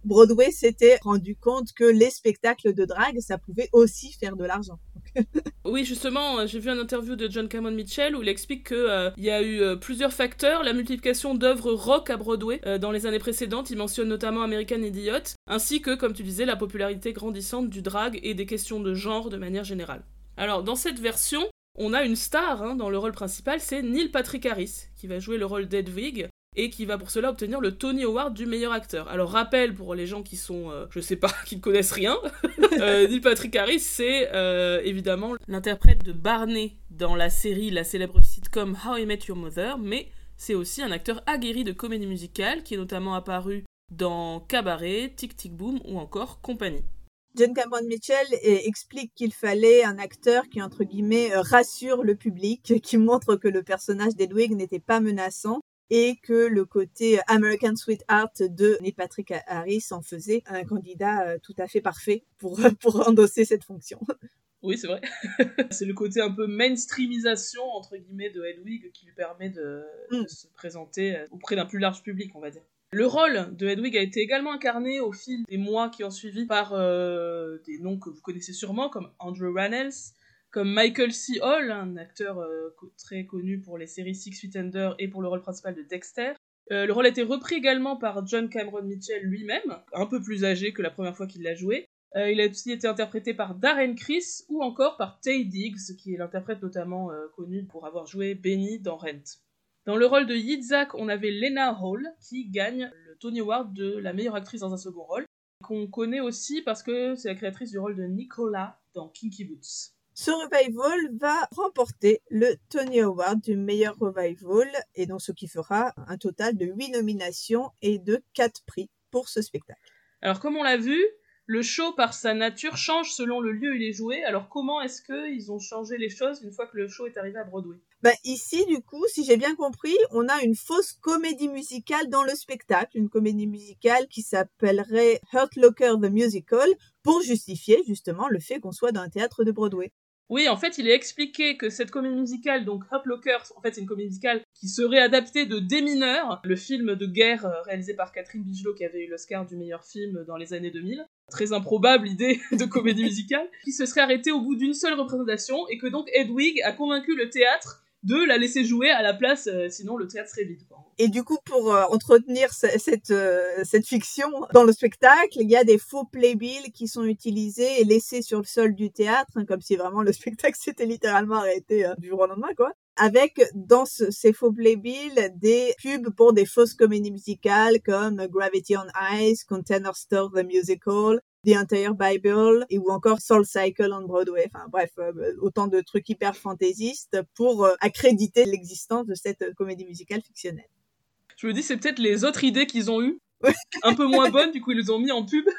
Broadway s'était rendu compte que les spectacles de drague, ça pouvait aussi faire de l'argent. Oui, justement, j'ai vu une interview de John Cameron Mitchell où il explique que il y a eu plusieurs facteurs. La multiplication d'œuvres rock à Broadway dans les années précédentes, il mentionne notamment American Idiot, ainsi que, comme tu disais, la popularité grandissante du drag et des questions de genre de manière générale. Alors, dans cette version, on a une star dans le rôle principal, c'est Neil Patrick Harris, qui va jouer le rôle d'Edwig, et qui va pour cela obtenir le Tony Award du meilleur acteur. Alors rappel pour les gens qui sont, je sais pas, qui ne connaissent rien, Neil Patrick Harris, c'est évidemment l'interprète de Barney dans la célèbre sitcom How I Met Your Mother, mais c'est aussi un acteur aguerri de comédie musicale qui est notamment apparu dans Cabaret, Tic Tic Boom ou encore Compagnie. John Cameron Mitchell explique qu'il fallait un acteur qui, entre guillemets, rassure le public, qui montre que le personnage d'Edwig n'était pas menaçant, et que le côté American Sweetheart de Neil Patrick Harris en faisait un candidat tout à fait parfait pour endosser cette fonction. Oui, c'est vrai. C'est le côté un peu mainstreamisation, entre guillemets, de Hedwig qui lui permet de se présenter auprès d'un plus large public, on va dire. Le rôle de Hedwig a été également incarné au fil des mois qui ont suivi par des noms que vous connaissez sûrement, comme Andrew Rannells, comme Michael C. Hall, un acteur très connu pour les séries Six Feet Under et pour le rôle principal de Dexter. Le rôle a été repris également par John Cameron Mitchell lui-même, un peu plus âgé que la première fois qu'il l'a joué. Il a aussi été interprété par Darren Criss ou encore par Taye Diggs, qui est l'interprète notamment connu pour avoir joué Benny dans Rent. Dans le rôle de Yitzhak, on avait Lena Hall, qui gagne le Tony Award de la meilleure actrice dans un second rôle, qu'on connaît aussi parce que c'est la créatrice du rôle de Nicola dans Kinky Boots. Ce revival va remporter le Tony Award du meilleur revival, et donc ce qui fera un total de 8 nominations et de 4 prix pour ce spectacle. Alors comme on l'a vu, le show par sa nature change selon le lieu où il est joué. Alors comment est-ce qu'ils ont changé les choses une fois que le show est arrivé à Broadway ? Ici, du coup, si j'ai bien compris, on a une fausse comédie musicale dans le spectacle, une comédie musicale qui s'appellerait Hurt Locker the Musical, pour justifier justement le fait qu'on soit dans un théâtre de Broadway. Oui, en fait, il est expliqué que cette comédie musicale, donc Hurt Locker, en fait, c'est une comédie musicale qui serait adaptée de Des Mineurs, le film de guerre réalisé par Catherine Bigelow qui avait eu l'Oscar du meilleur film dans les années 2000. Très improbable idée de comédie musicale, qui se serait arrêtée au bout d'une seule représentation et que donc Hedwig a convaincu le théâtre de la laisser jouer à la place, sinon le théâtre serait vide, quoi. Et du coup, pour entretenir cette fiction dans le spectacle, il y a des faux playbills qui sont utilisés et laissés sur le sol du théâtre, comme si vraiment le spectacle s'était littéralement arrêté du jour au lendemain, quoi. Avec, dans ces faux playbills, des pubs pour des fausses comédies musicales comme Gravity on Ice, Container Store the Musical, The Entire Bible, et ou encore Soul Cycle on Broadway. Enfin bref, autant de trucs hyper fantaisistes pour accréditer l'existence de cette comédie musicale fictionnelle. Je me dis, c'est peut-être les autres idées qu'ils ont eues, un peu moins bonnes, du coup ils les ont mis en pub.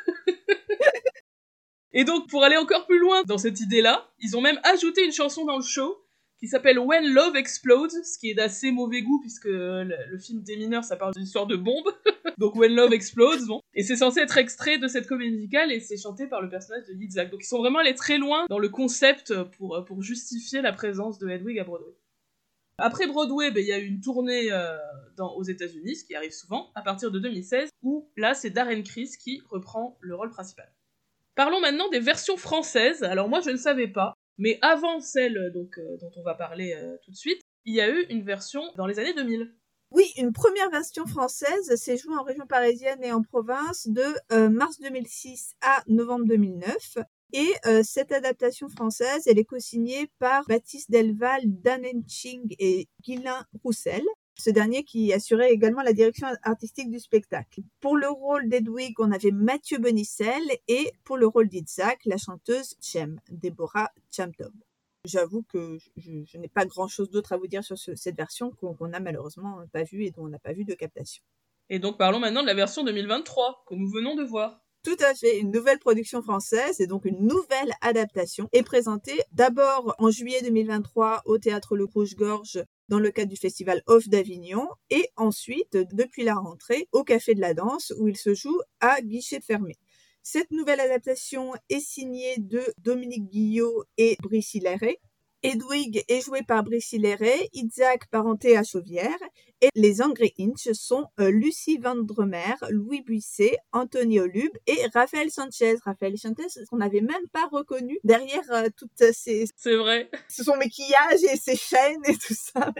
Et donc, pour aller encore plus loin dans cette idée-là, ils ont même ajouté une chanson dans le show qui s'appelle When Love Explodes, ce qui est d'assez mauvais goût puisque le film Des Mineurs, ça parle d'une histoire de bombe. Donc When Love Explodes, bon. Et c'est censé être extrait de cette comédie musicale et c'est chanté par le personnage de Yitzhak. Donc ils sont vraiment allés très loin dans le concept pour justifier la présence de Hedwig à Broadway. Après Broadway, il y a eu une tournée aux États-Unis, ce qui arrive souvent, à partir de 2016, où là c'est Darren Criss qui reprend le rôle principal. Parlons maintenant des versions françaises. Alors moi je ne savais pas, mais avant celle dont on va parler tout de suite, il y a eu une version dans les années 2000. Oui, une première version française s'est jouée en région parisienne et en province de mars 2006 à novembre 2009. Et cette adaptation française, elle est co-signée par Baptiste Delval, Dan Henching et Guylain Roussel. Ce dernier qui assurait également la direction artistique du spectacle. Pour le rôle d'Edwig, on avait Mathieu Bonicel et pour le rôle d'Yitzhak, la chanteuse Chem, Deborah Chamtob. J'avoue que je n'ai pas grand-chose d'autre à vous dire sur cette version qu'on n'a malheureusement pas vue et dont on n'a pas vu de captation. Et donc parlons maintenant de la version 2023 que nous venons de voir. Tout à fait, une nouvelle production française et donc une nouvelle adaptation est présentée d'abord en juillet 2023 au Théâtre Le Rouge-Gorge dans le cadre du Festival Off d'Avignon et ensuite, depuis la rentrée, au Café de la Danse où il se joue à guichet fermé. Cette nouvelle adaptation est signée de Dominique Guillot et Brice Hilaire. Hedwig est jouée par Brice Hilleret, Isaac parenté à Chauvière, et les Angry Inch sont Lucie Vendremer, Louis Buisset, Anthony Olube et Raphaël Sanchez. Raphaël Sanchez, qu'on n'avait même pas reconnu derrière toutes C'est vrai. son maquillage et ses chaînes et tout ça.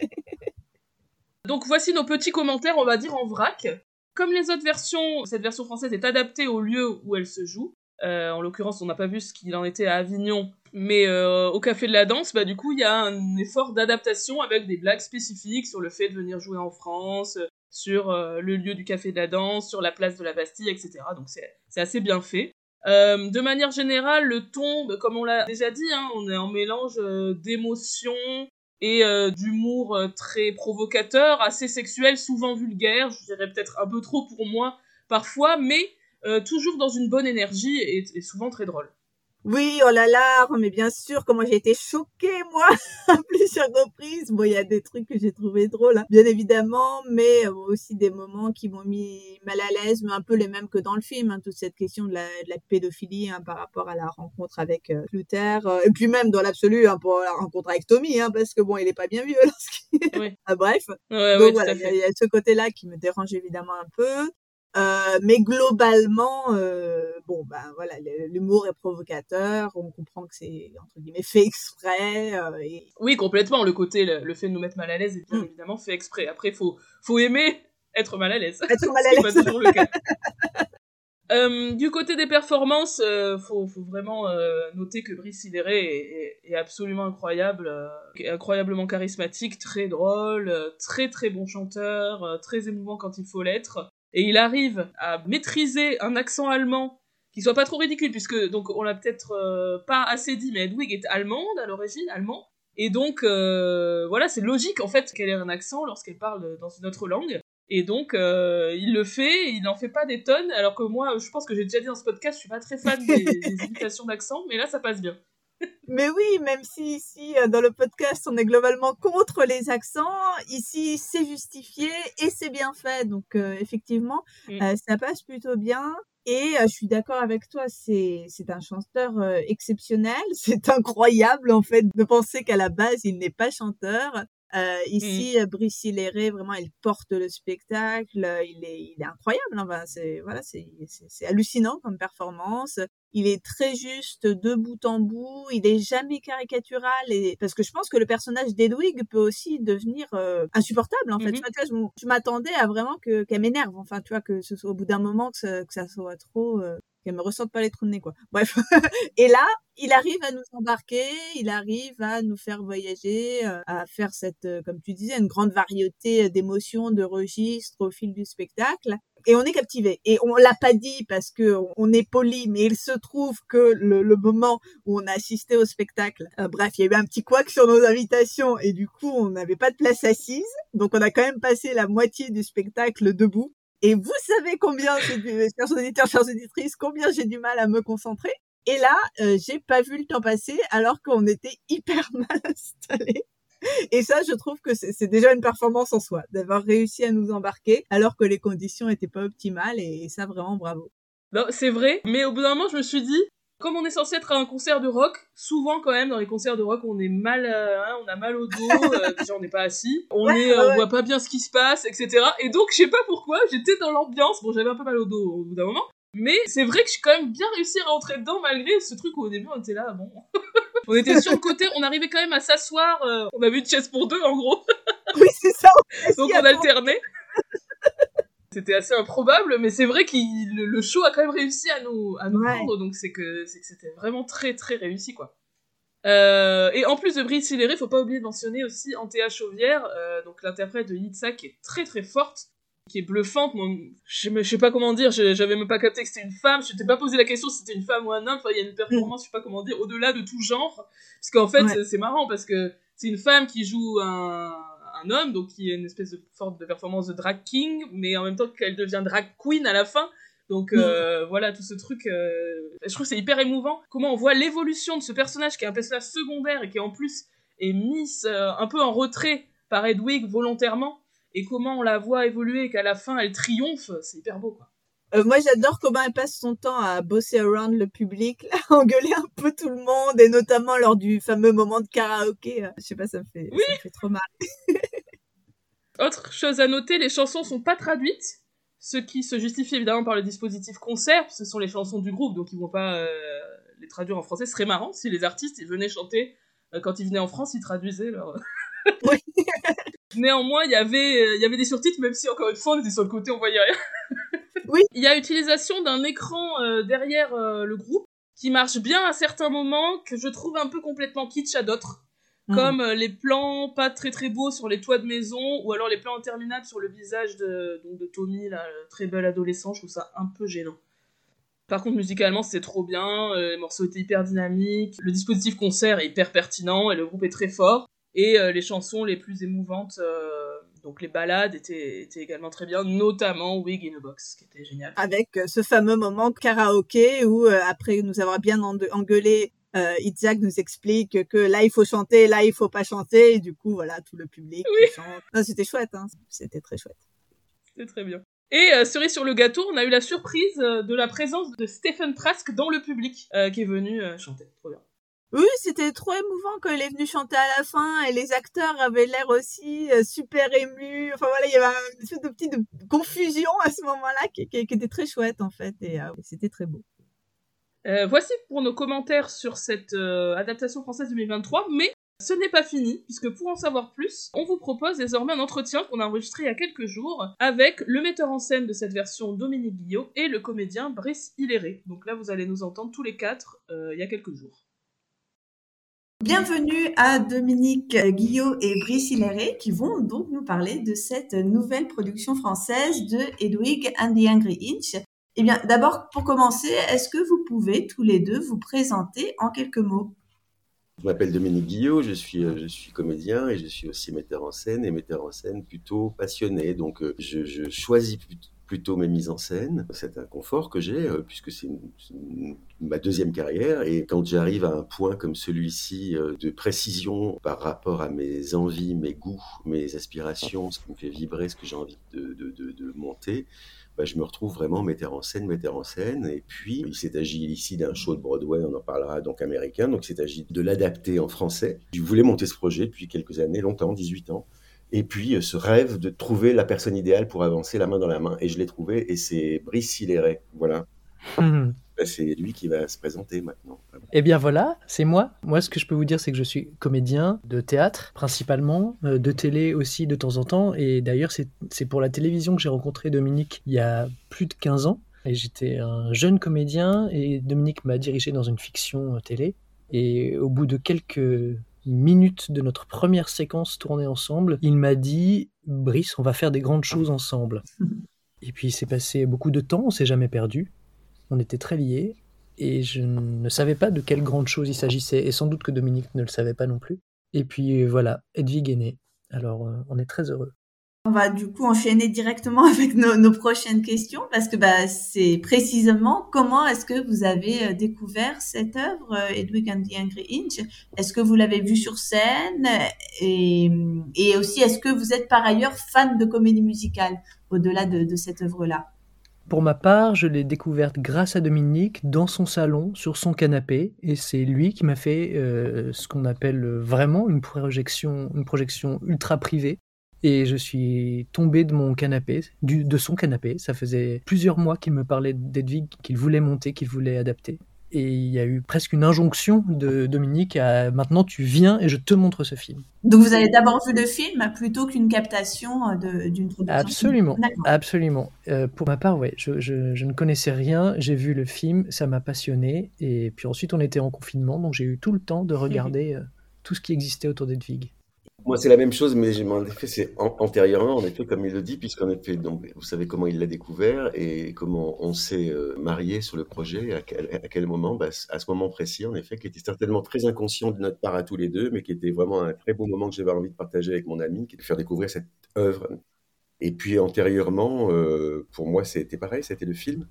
Donc voici nos petits commentaires, on va dire en vrac. Comme les autres versions, cette version française est adaptée au lieu où elle se joue. En l'occurrence, on n'a pas vu ce qu'il en était à Avignon, mais au Café de la Danse, du coup, il y a un effort d'adaptation avec des blagues spécifiques sur le fait de venir jouer en France, sur le lieu du Café de la Danse, sur la place de la Bastille, etc. Donc c'est assez bien fait. De manière générale, le ton, comme on l'a déjà dit, on est en mélange d'émotions et d'humour très provocateur, assez sexuel, souvent vulgaire, je dirais peut-être un peu trop pour moi parfois, mais toujours dans une bonne énergie et souvent très drôle. Oui, oh là là, mais bien sûr, comment j'ai été choquée, moi, à plusieurs reprises. Bon, il y a des trucs que j'ai trouvé drôles, bien évidemment, mais aussi des moments qui m'ont mis mal à l'aise, mais un peu les mêmes que dans le film, toute cette question de la pédophilie par rapport à la rencontre avec Luther, et puis même dans l'absolu, pour la rencontre avec Tommy, parce que bon, il est pas bien vieux lorsqu'il... Oui. Bref, Ouais, donc oui, voilà, il y a ce côté-là qui me dérange évidemment un peu. Mais globalement, voilà, l'humour est provocateur, on comprend que c'est entre guillemets fait exprès. Oui, complètement. Le fait de nous mettre mal à l'aise est bien évidemment fait exprès. Après, faut aimer être mal à l'aise. Être mal à l'aise. C'est pas toujours le cas. Du côté des performances, faut vraiment noter que Brice Hilleret est absolument incroyable, incroyablement charismatique, très drôle, très très bon chanteur, très émouvant quand il faut l'être. Et il arrive à maîtriser un accent allemand qui soit pas trop ridicule, puisque donc on l'a peut-être pas assez dit, mais Hedwig est allemande à l'origine, allemand. Et donc voilà, c'est logique en fait qu'elle ait un accent lorsqu'elle parle dans une autre langue. Et donc, il le fait, il n'en fait pas des tonnes, alors que moi, je pense que j'ai déjà dit dans ce podcast, je suis pas très fan des imitations d'accent, mais là, ça passe bien. Mais oui, même si ici, dans le podcast, on est globalement contre les accents, ici, c'est justifié et c'est bien fait. Donc, effectivement, ça passe plutôt bien. Et je suis d'accord avec toi, c'est un chanteur exceptionnel. C'est incroyable, en fait, de penser qu'à la base, il n'est pas chanteur. Ici, Brice Hilleret, vraiment, il porte le spectacle. Il est incroyable. C'est hallucinant comme performance. Il est très juste de bout en bout. Il est jamais caricatural. Et parce que je pense que le personnage d'Hedwig peut aussi devenir insupportable. En fait, tu vois, je m'attendais à vraiment qu'elle m'énerve. Enfin, tu vois, que ce soit au bout d'un moment que ça soit trop. Qu'elle me ressorte pas les trous de nez, quoi. Bref. Et là, il arrive à nous embarquer, il arrive à nous faire voyager, à faire comme tu disais, une grande variété d'émotions, de registres au fil du spectacle. Et on est captivé. Et on l'a pas dit parce que on est poli, mais il se trouve que le moment où on a assisté au spectacle, bref, il y a eu un petit couac sur nos invitations et du coup, on n'avait pas de place assise. Donc, on a quand même passé la moitié du spectacle debout. Et vous savez combien chers auditeurs, chères auditrices, combien j'ai du mal à me concentrer. Et là, j'ai pas vu le temps passer alors qu'on était hyper mal installés. Et ça, je trouve que c'est déjà une performance en soi, d'avoir réussi à nous embarquer alors que les conditions étaient pas optimales et ça, vraiment, bravo. Non, c'est vrai, mais au bout d'un moment, je me suis dit, comme on est censé être à un concert de rock, souvent quand même dans les concerts de rock, on est mal, on a mal au dos, déjà on n'est pas assis, on voit pas bien ce qui se passe, etc. Et donc, je sais pas pourquoi, j'étais dans l'ambiance, bon, j'avais un peu mal au dos au bout d'un moment, mais c'est vrai que j'ai quand même bien réussi à rentrer dedans malgré ce truc où au début on était là, bon... On était sur le côté, on arrivait quand même à s'asseoir, on avait une chaise pour deux en gros. Oui, c'est ça. Donc on alternait. C'était assez improbable, mais c'est vrai que le show a quand même réussi à nous prendre, donc c'est que c'était vraiment très très réussi quoi. Et en plus de Brice Hilleret, faut pas oublier de mentionner aussi Anthea Chauvière, donc l'interprète de Yitzhak, qui est très très forte, qui est bluffante. Moi, je sais pas comment dire, j'avais même pas capté que c'était une femme, je t'ai pas posé la question si c'était une femme ou un homme, enfin il y a une performance, je sais pas comment dire, au-delà de tout genre, parce qu'en fait c'est marrant, parce que c'est une femme qui joue un homme, donc qui a une espèce de forme de performance de drag king, mais en même temps qu'elle devient drag queen à la fin. Donc voilà, tout ce truc, je trouve que c'est hyper émouvant, comment on voit l'évolution de ce personnage qui est un personnage secondaire et qui en plus est mis un peu en retrait par Hedwig volontairement, et comment on la voit évoluer et qu'à la fin elle triomphe, c'est hyper beau quoi. Moi, j'adore comment elle passe son temps à bosser around le public, là, à engueuler un peu tout le monde, et notamment lors du fameux moment de karaoké. Je sais pas, Oui. ça me fait trop marrer. Autre chose à noter, les chansons sont pas traduites, ce qui se justifie évidemment par le dispositif concert, ce sont les chansons du groupe, donc ils vont pas les traduire en français. Ce serait marrant si les artistes ils venaient chanter quand ils venaient en France, ils traduisaient leur. Oui. Néanmoins, il y avait des surtitres, même si encore une fois on était sur le côté, on voyait rien. Oui. Il y a utilisation d'un écran derrière le groupe qui marche bien à certains moments, que je trouve un peu complètement kitsch à d'autres. Comme les plans pas très très beaux sur les toits de maison, ou alors les plans interminables sur le visage de Tommy, là, le très bel adolescent. Je trouve ça un peu gênant. Par contre, musicalement, c'était trop bien, les morceaux étaient hyper dynamiques, le dispositif concert est hyper pertinent, et le groupe est très fort, et les chansons les plus émouvantes, donc les ballades, étaient également très bien, notamment Wig in a Box, qui était génial. Avec ce fameux moment karaoké où, après nous avoir bien engueulé, Itzhak nous explique que là il faut chanter, là il faut pas chanter, et du coup voilà tout le public qui chante. Non, c'était chouette, hein. C'était très chouette. C'était très bien. Et cerise sur le gâteau, on a eu la surprise de la présence de Stephen Trask dans le public, qui est venu chanter. Trop bien. Oui, c'était trop émouvant quand il est venu chanter à la fin, et les acteurs avaient l'air aussi super émus. Enfin voilà, il y avait une espèce de petite confusion à ce moment-là qui était très chouette en fait, et c'était très beau. Voici pour nos commentaires sur cette adaptation française 2023, mais ce n'est pas fini, puisque pour en savoir plus, on vous propose désormais un entretien qu'on a enregistré il y a quelques jours avec le metteur en scène de cette version, Dominique Guillot, et le comédien Brice Hilleret. Donc là, vous allez nous entendre tous les quatre il y a quelques jours. Bienvenue à Dominique Guillot et Brice Hilleret qui vont donc nous parler de cette nouvelle production française de Hedwig and the Angry Inch. Eh bien, d'abord, pour commencer, est-ce que vous pouvez tous les deux vous présenter en quelques mots ? Je m'appelle Dominique Guillot, je suis comédien et je suis aussi metteur en scène, et metteur en scène plutôt passionné. Donc je choisis plutôt mes mises en scène. C'est un confort que j'ai puisque c'est ma deuxième carrière, et quand j'arrive à un point comme celui-ci de précision par rapport à mes envies, mes goûts, mes aspirations, ce qui me fait vibrer, ce que j'ai envie de monter, je me retrouve vraiment metteur en scène. Et puis, il s'est agi ici d'un show de Broadway, on en parlera, donc américain. Donc, il s'est agi de l'adapter en français. Je voulais monter ce projet depuis quelques années, longtemps, 18 ans. Et puis, ce rêve de trouver la personne idéale pour avancer la main dans la main. Et je l'ai trouvé, et c'est Brice Hilleret. Voilà. C'est lui qui va se présenter maintenant. Eh bien voilà, c'est moi. Moi, ce que je peux vous dire, c'est que je suis comédien de théâtre, principalement, de télé aussi de temps en temps. Et d'ailleurs, c'est pour la télévision que j'ai rencontré Dominique il y a plus de 15 ans. Et j'étais un jeune comédien, et Dominique m'a dirigé dans une fiction télé. Et au bout de quelques minutes de notre première séquence tournée ensemble, il m'a dit « Brice, on va faire des grandes choses ensemble ». Et puis il s'est passé beaucoup de temps, on s'est jamais perdu. On était très liés, et je ne savais pas de quelle grande chose il s'agissait, et sans doute que Dominique ne le savait pas non plus. Et puis voilà, Hedwig est née. Alors on est très heureux. On va du coup enchaîner directement avec nos prochaines questions, parce que c'est précisément comment est-ce que vous avez découvert cette œuvre, Hedwig and the Angry Inch. Est-ce que vous l'avez vue sur scène, et aussi est-ce que vous êtes par ailleurs fan de comédie musicale au-delà de cette œuvre-là ? Pour ma part, je l'ai découverte grâce à Dominique, dans son salon, sur son canapé, et c'est lui qui m'a fait ce qu'on appelle vraiment une projection ultra privée. Et je suis tombé de mon canapé, de son canapé. Ça faisait plusieurs mois qu'il me parlait d'Hedwig, qu'il voulait monter, qu'il voulait adapter. Et il y a eu presque une injonction de Dominique à « maintenant tu viens et je te montre ce film ». Donc vous avez d'abord vu le film plutôt qu'une captation d'une production ? Absolument, absolument. Pour ma part, ouais, je ne connaissais rien, j'ai vu le film, ça m'a passionné, et puis ensuite on était en confinement, donc j'ai eu tout le temps de regarder tout ce qui existait autour d'Hedwig. Moi, c'est la même chose, mais en effet, c'est antérieurement, en effet, comme il le dit, puisqu'en effet, donc, vous savez comment il l'a découvert et comment on s'est marié sur le projet, à quel moment, à ce moment précis, en effet, qui était certainement très inconscient de notre part à tous les deux, mais qui était vraiment un très beau moment que j'avais envie de partager avec mon ami, qui était de faire découvrir cette œuvre. Et puis, antérieurement, pour moi, c'était pareil, c'était le film.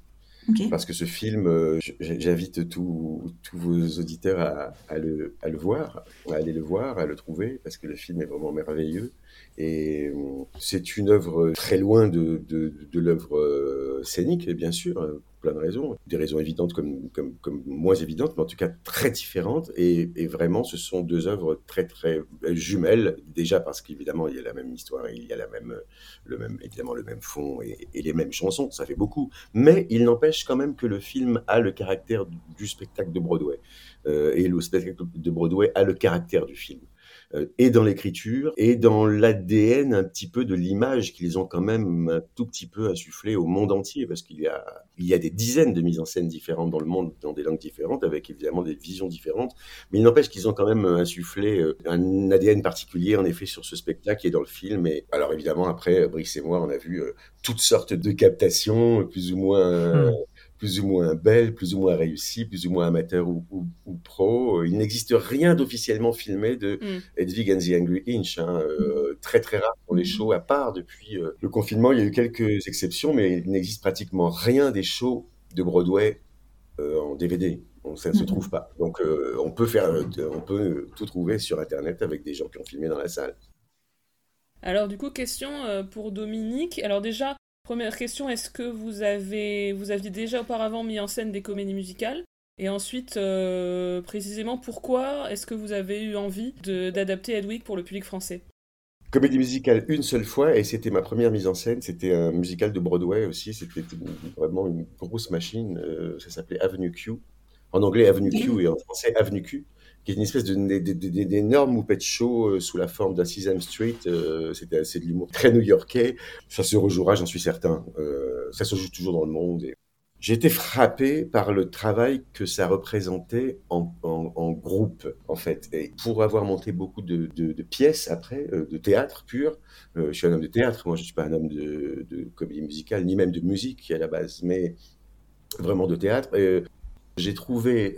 Ok. Parce que ce film, j'invite tous vos auditeurs à le voir, à aller le voir, à le trouver, parce que le film est vraiment merveilleux. Et c'est une œuvre très loin de l'œuvre scénique, bien sûr, pour plein de raisons. Des raisons évidentes comme moins évidentes, mais en tout cas très différentes. Et vraiment, ce sont deux œuvres très, très jumelles. Déjà parce qu'évidemment, il y a la même histoire, il y a évidemment le même fond et les mêmes chansons, ça fait beaucoup. Mais il n'empêche quand même que le film a le caractère du spectacle de Broadway. Et le spectacle de Broadway a le caractère du film. Et dans l'écriture, et dans l'ADN un petit peu de l'image qu'ils ont quand même un tout petit peu insufflé au monde entier, parce qu'il y a des dizaines de mises en scène différentes dans le monde, dans des langues différentes, avec évidemment des visions différentes, mais il n'empêche qu'ils ont quand même insufflé un ADN particulier, en effet, sur ce spectacle qui est dans le film. Et alors évidemment, après, Brice et moi, on a vu toutes sortes de captations, plus ou moins belle, plus ou moins réussie, plus ou moins amateur ou pro. Il n'existe rien d'officiellement filmé de Hedwig and the Angry Inch. Très très rare pour les shows, à part depuis le confinement. Il y a eu quelques exceptions, mais il n'existe pratiquement rien des shows de Broadway en DVD. Ça ne se trouve pas. Donc on peut tout trouver sur Internet avec des gens qui ont filmé dans la salle. Alors du coup, question pour Dominique. Alors déjà, première question, est-ce que vous aviez déjà auparavant mis en scène des comédies musicales? Et ensuite, précisément, pourquoi est-ce que vous avez eu envie d'adapter Hedwig pour le public français? Comédie musicale une seule fois, et c'était ma première mise en scène. C'était un musical de Broadway aussi. C'était vraiment une grosse machine. Ça s'appelait Avenue Q. En anglais, Avenue Q, et en français, Avenue Q, qui est une espèce d'énorme moupette show sous la forme d'un Sesame Street. C'était assez de l'humour très new-yorkais. Ça se rejouera, j'en suis certain. Ça se joue toujours dans le monde. Et j'ai été frappé par le travail que ça représentait en groupe, en fait. Et pour avoir monté beaucoup de pièces après, de théâtre pur, je suis un homme de théâtre, moi je ne suis pas un homme de comédie musicale, ni même de musique à la base, mais vraiment de théâtre. J'ai trouvé,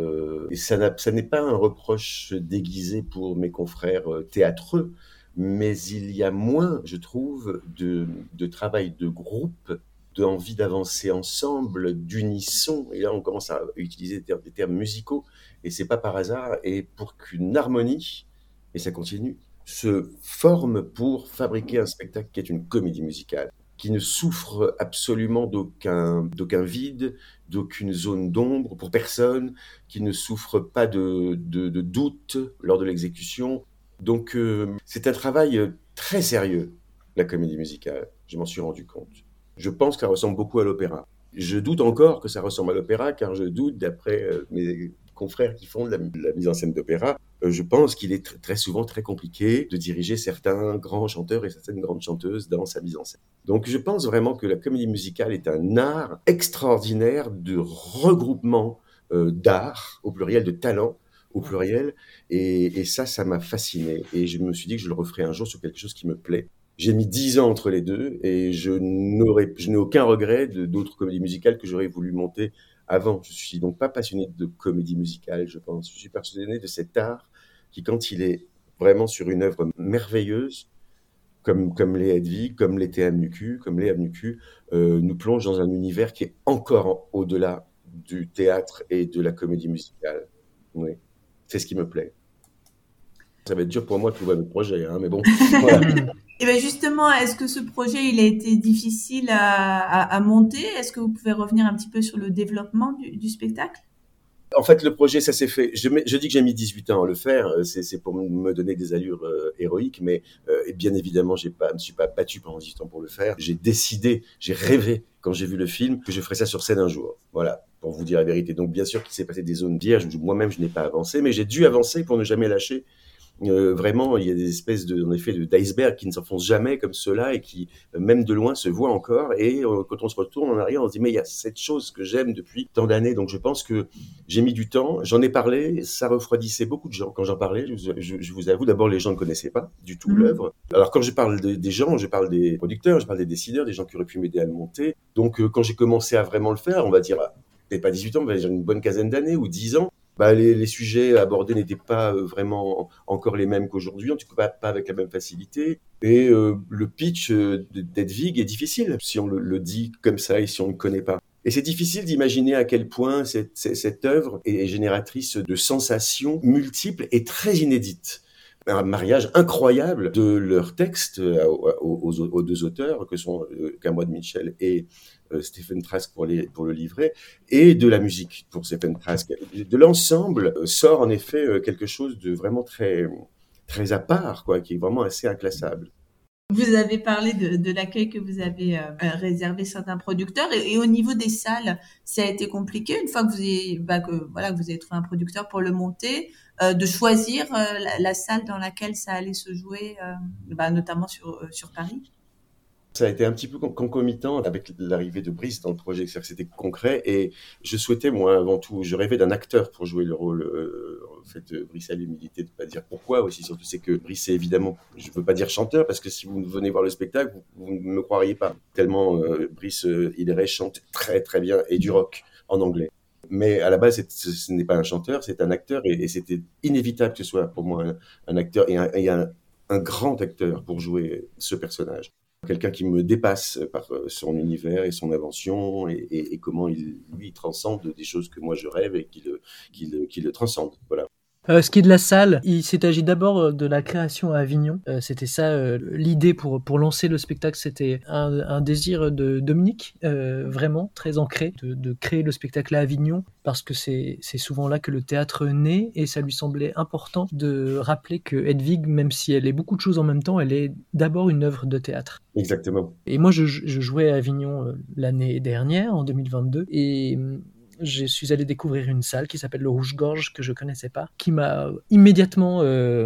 et ça n'est pas un reproche déguisé pour mes confrères théâtreux, mais il y a moins, je trouve, de travail de groupe, d'envie d'avancer ensemble, d'unisson. Et là, on commence à utiliser des termes musicaux, et c'est pas par hasard. Et pour qu'une harmonie, et ça continue, se forme pour fabriquer un spectacle qui est une comédie musicale, qui ne souffre absolument d'aucun vide, d'aucune zone d'ombre pour personne, qui ne souffre pas de doute lors de l'exécution. Donc c'est un travail très sérieux, la comédie musicale, je m'en suis rendu compte. Je pense que ça ressemble beaucoup à l'opéra. Je doute encore que ça ressemble à l'opéra, car je doute, d'après mes confrères qui font de la mise en scène d'opéra, je pense qu'il est très souvent très compliqué de diriger certains grands chanteurs et certaines grandes chanteuses dans sa mise en scène. Donc je pense vraiment que la comédie musicale est un art extraordinaire de regroupement d'art, au pluriel, de talent, au pluriel, et ça m'a fasciné. Et je me suis dit que je le referai un jour sur quelque chose qui me plaît. J'ai mis 10 ans entre les deux, et je n'ai aucun regret d'autres comédies musicales que j'aurais voulu monter avant. Je suis donc pas passionné de comédie musicale, je pense. Je suis passionné de cet art qui, quand il est vraiment sur une œuvre merveilleuse, comme les Hedwig, comme les TMUQ, comme les AMUQ, nous plonge dans un univers qui est encore au-delà du théâtre et de la comédie musicale. Oui, c'est ce qui me plaît. Ça va être dur pour moi de trouver le projet, mais bon, voilà. Et bien justement, est-ce que ce projet il a été difficile à monter? Est-ce que vous pouvez revenir un petit peu sur le développement du spectacle? En fait, le projet, ça s'est fait. Je dis que j'ai mis 18 ans à le faire. C'est pour me donner des allures héroïques, mais et bien évidemment, je me suis pas battu pendant 18 ans pour le faire. J'ai décidé, j'ai rêvé quand j'ai vu le film que je ferais ça sur scène un jour. Voilà, pour vous dire la vérité. Donc, bien sûr, qu'il s'est passé des zones vierges où moi-même je n'ai pas avancé, mais j'ai dû avancer pour ne jamais lâcher. Vraiment, il y a des espèces d'icebergs qui ne s'enfoncent jamais comme ceux-là et qui, même de loin, se voient encore. Et quand on se retourne en arrière, on se dit, mais il y a cette chose que j'aime depuis tant d'années. Donc je pense que j'ai mis du temps. J'en ai parlé, ça refroidissait beaucoup de gens. Quand j'en parlais, je vous avoue, d'abord, les gens ne connaissaient pas du tout l'œuvre. Alors quand je parle des gens, je parle des producteurs, je parle des décideurs, des gens qui auraient pu m'aider à le monter. Donc quand j'ai commencé à vraiment le faire, on va dire, peut-être pas 18 ans, on va dire une bonne quinzaine d'années ou 10 ans, les sujets abordés n'étaient pas vraiment encore les mêmes qu'aujourd'hui, en tout cas pas avec la même facilité. Et le pitch d'Hedwig est difficile si on le dit comme ça et si on ne connaît pas. Et c'est difficile d'imaginer à quel point cette œuvre est génératrice de sensations multiples et très inédites. Un mariage incroyable de leurs textes aux deux auteurs que sont Cameron Mitchell et Stephen Trask pour le livret, et de la musique pour Stephen Trask. De l'ensemble sort en effet quelque chose de vraiment très, très à part, quoi, qui est vraiment assez inclassable. Vous avez parlé de l'accueil que vous avez réservé certains producteurs et au niveau des salles, ça a été compliqué une fois que vous avez trouvé un producteur pour le monter, de choisir la salle dans laquelle ça allait se jouer, notamment sur Paris. Ça a été un petit peu concomitant avec l'arrivée de Brice dans le projet, c'est-à-dire que c'était concret et je souhaitais, moi, avant tout, je rêvais d'un acteur pour jouer le rôle. En fait, Brice a l'humilité de ne pas dire pourquoi aussi, surtout c'est que Brice est évidemment, je ne veux pas dire chanteur, parce que si vous venez voir le spectacle, vous ne me croiriez pas. Tellement Brice Hilleret chante très très bien et du rock en anglais. Mais à la base, ce n'est pas un chanteur, c'est un acteur et c'était inévitable que ce soit pour moi un acteur et un grand acteur pour jouer ce personnage. Quelqu'un qui me dépasse par son univers et son invention et comment lui transcende des choses que moi je rêve et qui le transcende. Voilà. Ce qui est de la salle, il s'est agi d'abord de la création à Avignon. C'était ça l'idée pour lancer le spectacle. C'était un désir de Dominique, vraiment très ancré, de créer le spectacle à Avignon, parce que c'est souvent là que le théâtre naît, et ça lui semblait important de rappeler que Hedwig, même si elle est beaucoup de choses en même temps, elle est d'abord une œuvre de théâtre. Exactement. Et moi, je jouais à Avignon l'année dernière, en 2022, et je suis allé découvrir une salle qui s'appelle le Rouge-Gorge, que je connaissais pas, qui m'a immédiatement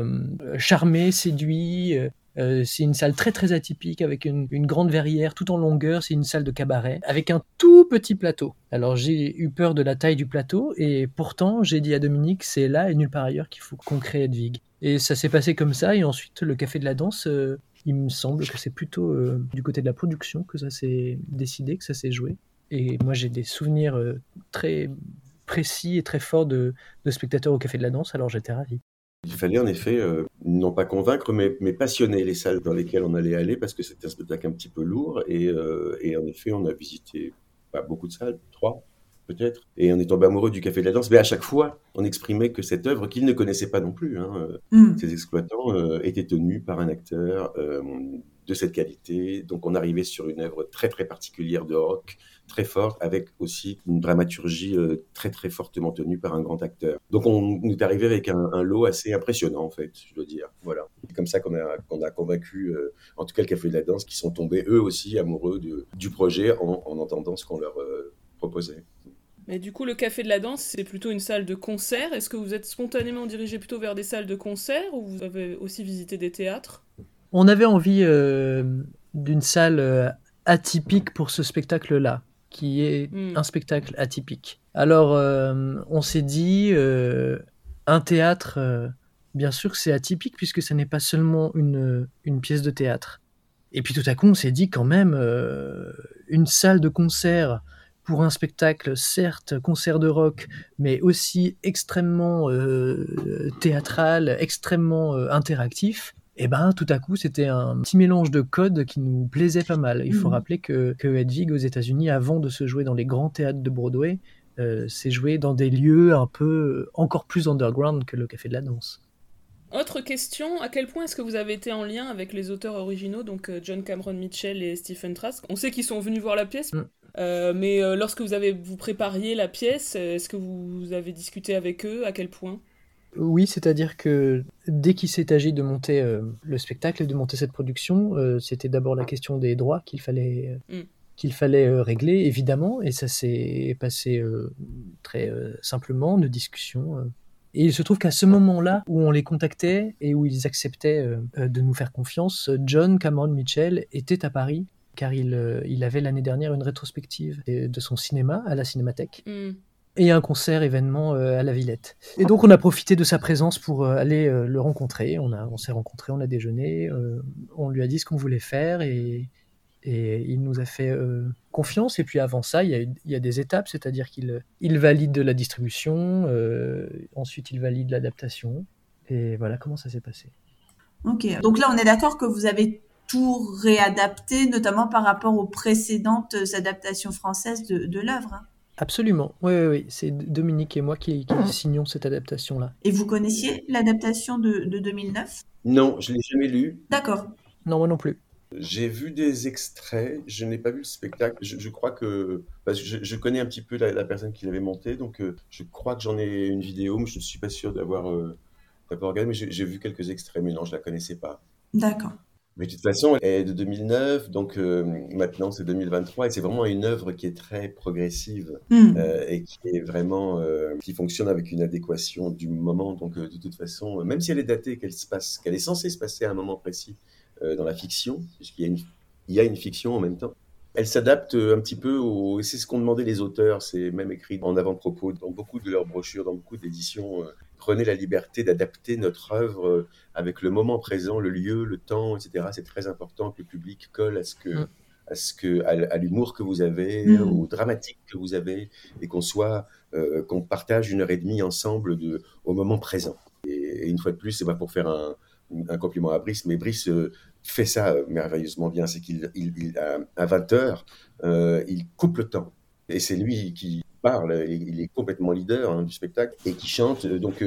charmé, séduit. C'est une salle très très atypique avec une grande verrière tout en longueur. C'est une salle de cabaret avec un tout petit plateau. Alors j'ai eu peur de la taille du plateau et pourtant j'ai dit à Dominique, c'est là et nulle part ailleurs qu'il faut qu'on crée Hedwig. Et ça s'est passé comme ça, et ensuite le Café de la Danse, il me semble que c'est plutôt du côté de la production que ça s'est décidé, que ça s'est joué. Et moi, j'ai des souvenirs très précis et très forts de spectateurs au Café de la Danse, alors j'étais ravi. Il fallait en effet, non pas convaincre, mais passionner les salles dans lesquelles on allait aller, parce que c'était un spectacle un petit peu lourd. Et en effet, on a visité pas beaucoup de salles, 3 peut-être. Et on est tombé amoureux du Café de la Danse. Mais à chaque fois, on exprimait que cette œuvre, qu'ils ne connaissaient pas non plus, ces exploitants, était tenue par un acteur de cette qualité. Donc on arrivait sur une œuvre très très particulière de rock, très forte, avec aussi une dramaturgie très très fortement tenue par un grand acteur. Donc on est arrivé avec un lot assez impressionnant, en fait, je dois dire. Voilà. C'est comme ça qu'on a convaincu, en tout cas le Café de la Danse, qui sont tombés eux aussi amoureux du projet en entendant ce qu'on leur proposait. Mais du coup, le Café de la Danse, c'est plutôt une salle de concert. Est-ce que vous êtes spontanément dirigé plutôt vers des salles de concert ou vous avez aussi visité des théâtres ? On avait envie d'une salle atypique pour ce spectacle-là, qui est un spectacle atypique. Alors, on s'est dit, un théâtre, bien sûr que c'est atypique, puisque ce n'est pas seulement une pièce de théâtre. Et puis tout à coup, on s'est dit quand même, une salle de concert pour un spectacle, certes, concert de rock, mais aussi extrêmement théâtral, extrêmement interactif. Et ben, tout à coup, c'était un petit mélange de codes qui nous plaisait pas mal. Il faut rappeler que Hedwig, aux États-Unis, avant de se jouer dans les grands théâtres de Broadway, s'est joué dans des lieux un peu encore plus underground que le Café de la Danse. Autre question, à quel point est-ce que vous avez été en lien avec les auteurs originaux, donc John Cameron Mitchell et Stephen Trask ? On sait qu'ils sont venus voir la pièce, mais lorsque vous prépariez la pièce, est-ce que vous avez discuté avec eux ? À quel point ? Oui, c'est-à-dire que dès qu'il s'est agi de monter le spectacle et de monter cette production, c'était d'abord la question des droits qu'il fallait régler, évidemment, et ça s'est passé très simplement, de discussion. Et il se trouve qu'à ce moment-là, où on les contactait et où ils acceptaient de nous faire confiance, John Cameron Mitchell était à Paris, car il avait l'année dernière une rétrospective de son cinéma à la Cinémathèque. Et un concert événement à la Villette. Et donc on a profité de sa présence pour aller le rencontrer. On s'est rencontrés, on a déjeuné, on lui a dit ce qu'on voulait faire et il nous a fait confiance. Et puis avant ça, il y a des étapes, c'est-à-dire qu'il valide la distribution, ensuite il valide l'adaptation. Et voilà comment ça s'est passé. Ok, donc là on est d'accord que vous avez tout réadapté, notamment par rapport aux précédentes adaptations françaises de l'œuvre, hein. Absolument, oui. C'est Dominique et moi qui signons cette adaptation-là. Et vous connaissiez l'adaptation de 2009 ? Non, je l'ai jamais lu. D'accord. Non, moi non plus. J'ai vu des extraits, je n'ai pas vu le spectacle. Je crois que parce que je connais un petit peu la personne qui l'avait monté, donc je crois que j'en ai une vidéo, mais je ne suis pas sûr d'avoir regardé. Mais j'ai vu quelques extraits, mais non, je la connaissais pas. D'accord. Mais de toute façon, elle est de 2009, donc maintenant c'est 2023, et c'est vraiment une œuvre qui est très progressive et qui est vraiment qui fonctionne avec une adéquation du moment. Donc de toute façon, même si elle est datée, qu'elle est censée se passer à un moment précis dans la fiction, puisqu'il y a une fiction en même temps. Elle s'adapte un petit peu et c'est ce qu'ont demandé les auteurs, c'est même écrit en avant-propos dans beaucoup de leurs brochures, dans beaucoup d'éditions. Prenez la liberté d'adapter notre œuvre avec le moment présent, le lieu, le temps, etc. C'est très important que le public colle à l'humour que vous avez, au dramatique que vous avez, et qu'on partage 1h30 ensemble au moment présent. Et une fois de plus, c'est pas pour faire un compliment à Brice, mais Brice fait ça merveilleusement bien, c'est qu'il à 20h, il coupe le temps. Et c'est lui qui parle, il est complètement leader du spectacle, et qui chante, donc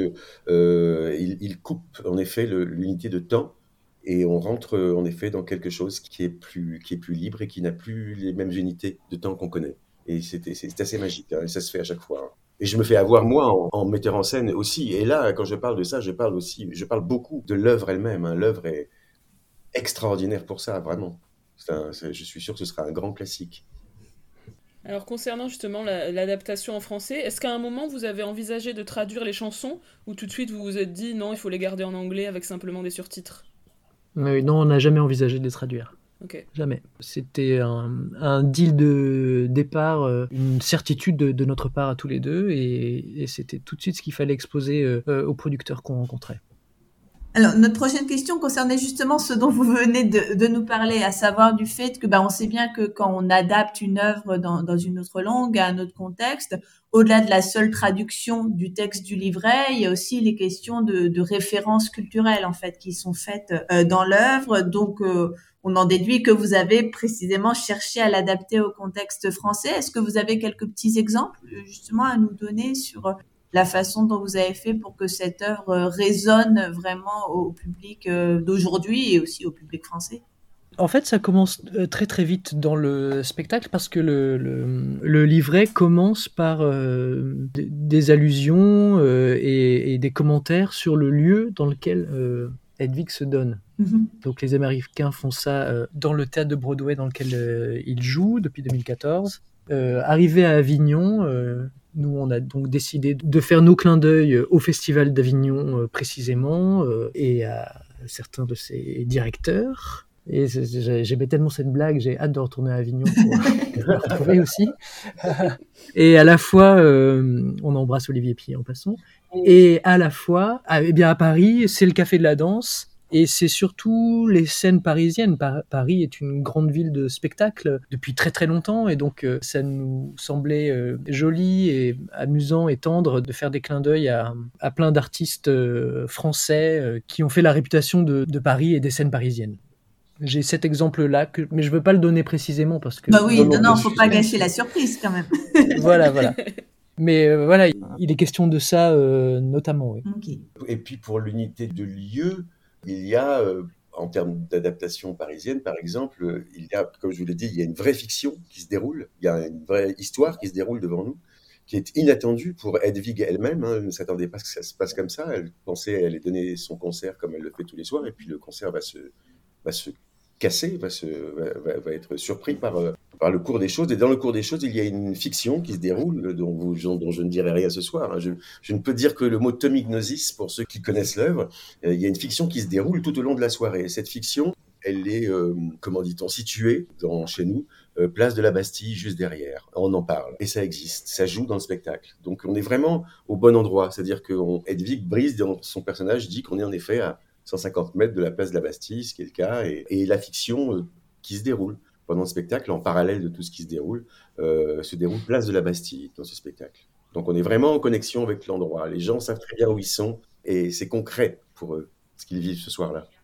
il coupe en effet l'unité de temps, et on rentre en effet dans quelque chose qui est plus libre et qui n'a plus les mêmes unités de temps qu'on connaît. Et c'est assez magique, hein, et ça se fait à chaque fois, hein. Et je me fais avoir, moi, en metteur en scène aussi. Et là, quand je parle de ça, je parle beaucoup de l'œuvre elle-même, hein. L'œuvre est extraordinaire pour ça, vraiment. Je suis sûr que ce sera un grand classique. Alors concernant justement l'adaptation en français, est-ce qu'à un moment vous avez envisagé de traduire les chansons ou tout de suite vous vous êtes dit non, il faut les garder en anglais avec simplement des surtitres ? Non, on n'a jamais envisagé de les traduire. Ok. Jamais. C'était un deal de départ, une certitude de notre part à tous les deux, et c'était tout de suite ce qu'il fallait exposer aux producteurs qu'on rencontrait. Alors, notre prochaine question concernait justement ce dont vous venez de nous parler, à savoir du fait que, on sait bien que quand on adapte une œuvre dans une autre langue, à un autre contexte, au-delà de la seule traduction du texte du livret, il y a aussi les questions de références culturelles, en fait, qui sont faites dans l'œuvre. Donc, on en déduit que vous avez précisément cherché à l'adapter au contexte français. Est-ce que vous avez quelques petits exemples, justement, à nous donner sur la façon dont vous avez fait pour que cette œuvre résonne vraiment au public d'aujourd'hui et aussi au public français? En fait, ça commence très très vite dans le spectacle parce que le livret commence par des allusions et des commentaires sur le lieu dans lequel Hedwig se donne. Donc les Américains font ça dans le théâtre de Broadway dans lequel ils jouent depuis 2014. Arrivé à Avignon, nous on a donc décidé de faire nos clins d'œil au Festival d'Avignon précisément et à certains de ses directeurs. Et j'aimais tellement cette blague, j'ai hâte de retourner à Avignon pour la retrouver aussi. Et à la fois, on embrasse Olivier Pied en passant, et à la fois, à Paris, c'est le Café de la Danse, et c'est surtout les scènes parisiennes. Paris est une grande ville de spectacle depuis très très longtemps, et donc ça nous semblait joli et amusant et tendre de faire des clins d'œil à plein d'artistes français qui ont fait la réputation de Paris et des scènes parisiennes. J'ai cet exemple-là, mais je veux pas le donner précisément parce que... Non, faut pas gâcher la surprise quand même. Voilà. Mais voilà, il est question de ça notamment, oui. Okay. Et puis pour l'unité de lieu, il y a, en termes d'adaptation parisienne par exemple, il y a, comme je vous l'ai dit, il y a une vraie fiction qui se déroule, il y a une vraie histoire qui se déroule devant nous, qui est inattendue pour Hedwig elle-même, hein. Elle ne s'attendait pas à ce que ça se passe comme ça, elle pensait elle allait donner son concert comme elle le fait tous les soirs, et puis le concert va se casser, va être surpris par le cours des choses. Et dans le cours des choses, il y a une fiction qui se déroule, dont je ne dirai rien ce soir. Je ne peux dire que le mot tomignosis, pour ceux qui connaissent l'œuvre. Il y a une fiction qui se déroule tout au long de la soirée. Et cette fiction, elle est, comment dit-on, située chez nous, place de la Bastille, juste derrière. On en parle. Et ça existe. Ça joue dans le spectacle. Donc on est vraiment au bon endroit. C'est-à-dire que Hedwig Brice, dans son personnage, dit qu'on est en effet à 150 mètres de la place de la Bastille, ce qui est le cas, et la fiction qui se déroule pendant le spectacle, en parallèle de tout ce qui se déroule place de la Bastille dans ce spectacle. Donc on est vraiment en connexion avec l'endroit. Les gens savent très bien où ils sont, et c'est concret pour eux, ce qu'ils vivent ce soir-là.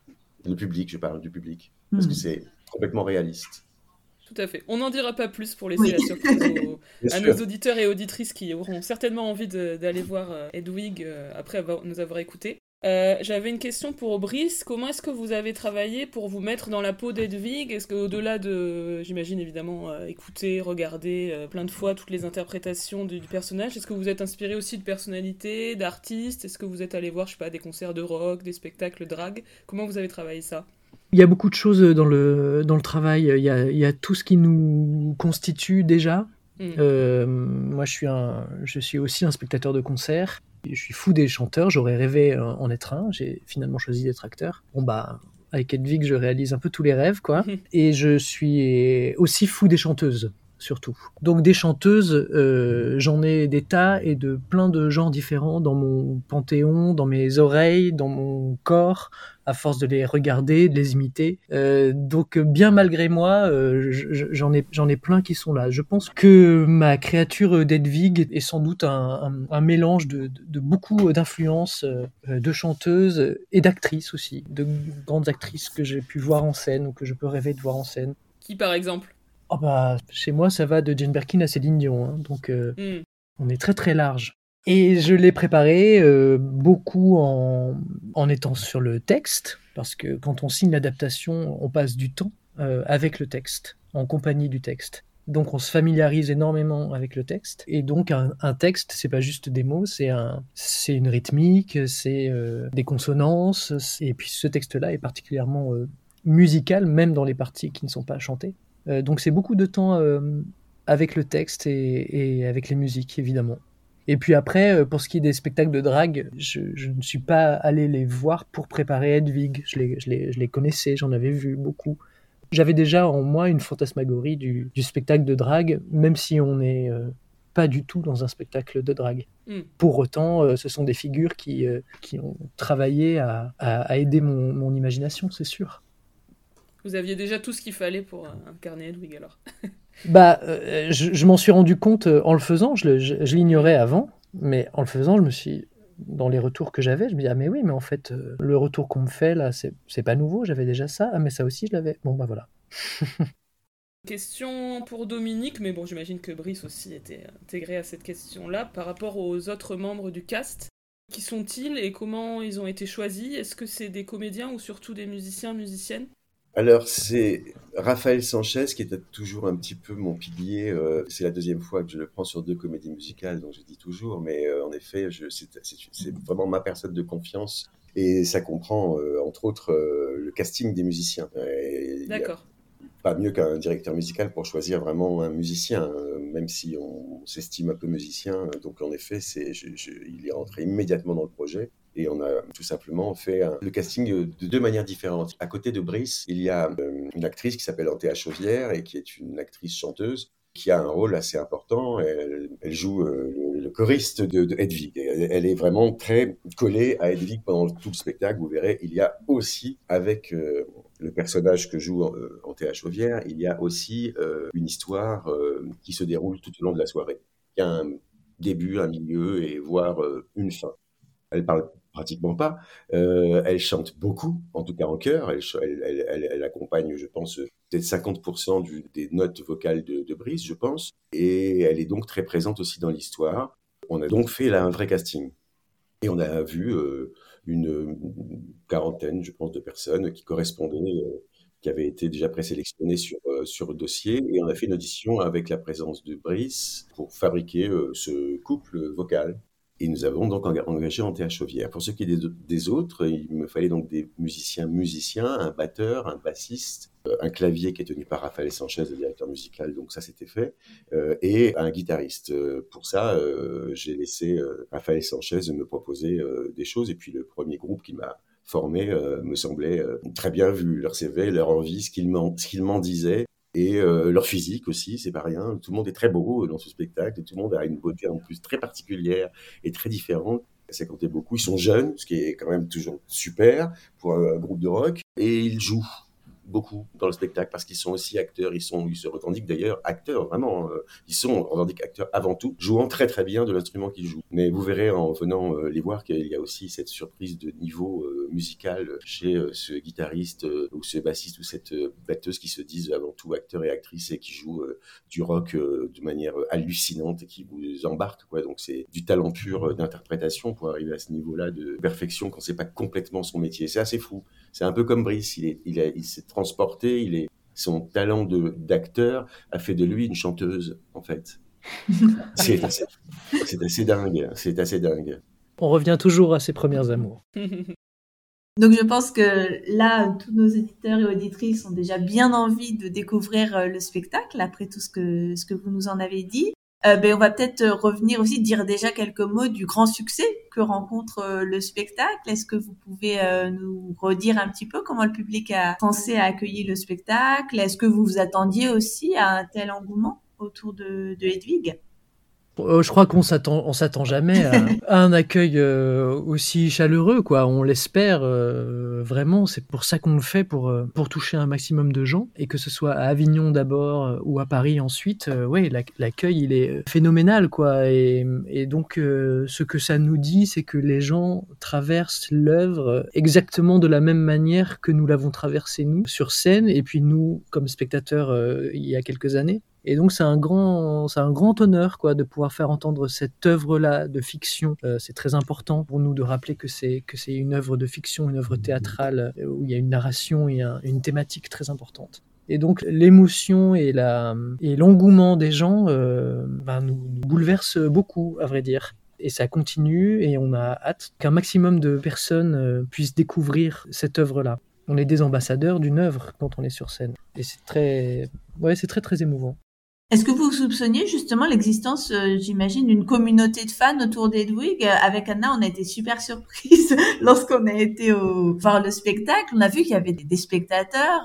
Le public, je parle du public, parce que c'est complètement réaliste. Tout à fait. On n'en dira pas plus pour laisser Oui. la surprise Bien à sûr. nos auditeurs et auditrices qui auront certainement envie d'aller voir Hedwig après nous avoir écoutés. J'avais une question pour Brice. Comment est-ce que vous avez travaillé pour vous mettre dans la peau d'Hedwig? Est-ce qu'au-delà de, j'imagine évidemment, écouter, regarder plein de fois toutes les interprétations du personnage, est-ce que vous êtes inspiré aussi de personnalités, d'artistes? Est-ce que vous êtes allé voir, je sais pas, des concerts de rock, des spectacles drag? Comment vous avez travaillé ça? Il y a beaucoup de choses dans le travail. Il y a tout ce qui nous constitue déjà. Moi, je suis aussi un spectateur de concert. Je suis fou des chanteurs. J'aurais rêvé en être un. J'ai finalement choisi d'être acteur. Bon, bah, avec Hedwig, je réalise un peu tous les rêves, quoi. Et je suis aussi fou des chanteuses, surtout. Donc, des chanteuses, j'en ai des tas et de plein de genres différents dans mon panthéon, dans mes oreilles, dans mon corps, à force de les regarder, de les imiter. Donc, bien malgré moi, j'en ai plein qui sont là. Je pense que ma créature d'Hedwig est sans doute un mélange de beaucoup d'influences de chanteuses et d'actrices aussi, de grandes actrices que j'ai pu voir en scène ou que je peux rêver de voir en scène. Qui, par exemple? Oh bah, chez moi, ça va de Jane Birkin à Céline Dion, hein, donc on est très très large. Et je l'ai préparé beaucoup en étant sur le texte, parce que quand on signe l'adaptation, on passe du temps avec le texte, en compagnie du texte. Donc on se familiarise énormément avec le texte. Et donc un texte, c'est pas juste des mots, c'est une rythmique, c'est des consonances. Et puis ce texte-là est particulièrement musical, même dans les parties qui ne sont pas chantées. Donc c'est beaucoup de temps avec le texte et avec les musiques, évidemment. Et puis après, pour ce qui est des spectacles de drague, je ne suis pas allé les voir pour préparer Hedwig. Je les connaissais, j'en avais vu beaucoup. J'avais déjà en moi une fantasmagorie du spectacle de drague, même si on n'est pas du tout dans un spectacle de drague. Pour autant, ce sont des figures qui ont travaillé à aider mon imagination, c'est sûr. Vous aviez déjà tout ce qu'il fallait pour incarner Hedwig, alors. Bah, je m'en suis rendu compte en le faisant, je l'ignorais avant, mais en le faisant, dans les retours que j'avais, je me dis, ah mais oui, mais en fait, le retour qu'on me fait là, c'est pas nouveau, j'avais déjà ça, ah mais ça aussi je l'avais, bon bah voilà. Question pour Dominique, mais bon, j'imagine que Brice aussi était intégré à cette question-là, par rapport aux autres membres du cast. Qui sont-ils et comment ils ont été choisis? Est-ce que c'est des comédiens ou surtout des musiciens, musiciennes? Alors, c'est Raphaël Sanchez qui était toujours un petit peu mon pilier. C'est la deuxième fois que je le prends sur 2 comédies musicales, donc je dis toujours, mais en effet, c'est vraiment ma personne de confiance. Et ça comprend, entre autres, le casting des musiciens. D'accord. Pas mieux qu'un directeur musical pour choisir vraiment un musicien, même si on s'estime un peu musicien. Donc en effet, il est rentré immédiatement dans le projet. Et on a tout simplement fait le casting de 2 manières différentes. À côté de Brice, il y a une actrice qui s'appelle Anthea Chauvière et qui est une actrice chanteuse qui a un rôle assez important. Elle joue le choriste de Hedwig. Elle est vraiment très collée à Hedwig pendant tout le spectacle. Vous verrez, il y a aussi, avec le personnage que joue Anthea Chauvière, il y a aussi une histoire qui se déroule tout au long de la soirée. Il y a un début, un milieu et voire une fin. Elle parle pratiquement pas. Elle chante beaucoup, en tout cas en chœur. Elle accompagne, je pense, peut-être 50% des notes vocales de Brice, je pense. Et elle est donc très présente aussi dans l'histoire. On a donc fait là un vrai casting. Et on a vu une quarantaine, je pense, de personnes qui correspondaient, qui avaient été déjà présélectionnées sur le dossier. Et on a fait une audition avec la présence de Brice pour fabriquer ce couple vocal. Et nous avons donc engagé Anthea Chauvière. Pour ce qui est des autres, il me fallait donc des musiciens, un batteur, un bassiste, un clavier qui est tenu par Raphaël Sanchez, le directeur musical, donc ça c'était fait, et un guitariste. Pour ça, j'ai laissé Raphaël Sanchez me proposer des choses, et puis le premier groupe qui m'a formé me semblait très bien vu, leur CV, leur envie, ce qu'ils m'en disaient. Et leur physique aussi, c'est pas rien. Tout le monde est très beau dans ce spectacle et tout le monde a une beauté en plus très particulière et très différente. Ça comptait beaucoup. Ils sont jeunes, ce qui est quand même toujours super pour un groupe de rock. Et ils jouent. beaucoup dans le spectacle parce qu'ils sont aussi acteurs, ils se revendiquent d'ailleurs acteurs, vraiment. On revendique acteurs avant tout, jouant très très bien de l'instrument qu'ils jouent. Mais vous verrez en venant les voir qu'il y a aussi cette surprise de niveau musical chez ce guitariste ou ce bassiste ou cette batteuse qui se disent avant tout acteurs et actrices et qui jouent du rock de manière hallucinante et qui vous embarque, quoi. Donc c'est du talent pur d'interprétation pour arriver à ce niveau-là de perfection quand c'est pas complètement son métier. C'est assez fou. C'est un peu comme Brice, il s'est transporté, son talent d'acteur a fait de lui une chanteuse, en fait. C'est assez dingue, c'est assez dingue. On revient toujours à ses premières amours. Donc je pense que là, tous nos éditeurs et auditrices ont déjà bien envie de découvrir le spectacle après tout ce que vous nous en avez dit. On va peut-être revenir aussi, dire déjà quelques mots du grand succès que rencontre le spectacle. Est-ce que vous pouvez nous redire un petit peu comment le public français a accueilli le spectacle? Est-ce que vous vous attendiez aussi à un tel engouement autour de Hedwig? Je crois qu'on s'attend jamais à un accueil aussi chaleureux, quoi. On l'espère vraiment. C'est pour ça qu'on le fait, pour toucher un maximum de gens, et que ce soit à Avignon d'abord ou à Paris ensuite. L'accueil il est phénoménal, quoi. Et donc ce que ça nous dit, c'est que les gens traversent l'œuvre exactement de la même manière que nous l'avons traversée nous sur scène, et puis nous comme spectateurs il y a quelques années. Et donc c'est un grand honneur, quoi, de pouvoir faire entendre cette œuvre-là de fiction. C'est très important pour nous de rappeler que c'est une œuvre de fiction, une œuvre théâtrale où il y a une narration et une thématique très importante. Et donc l'émotion et l'engouement des gens nous bouleverse beaucoup, à vrai dire. Et ça continue, et on a hâte qu'un maximum de personnes puissent découvrir cette œuvre-là. On est des ambassadeurs d'une œuvre quand on est sur scène. Et c'est très très émouvant. Est-ce que vous soupçonniez justement l'existence, j'imagine, d'une communauté de fans autour d'Hedwig? Avec Anna, on a été super surprise lorsqu'on a été voir le spectacle. On a vu qu'il y avait des spectateurs.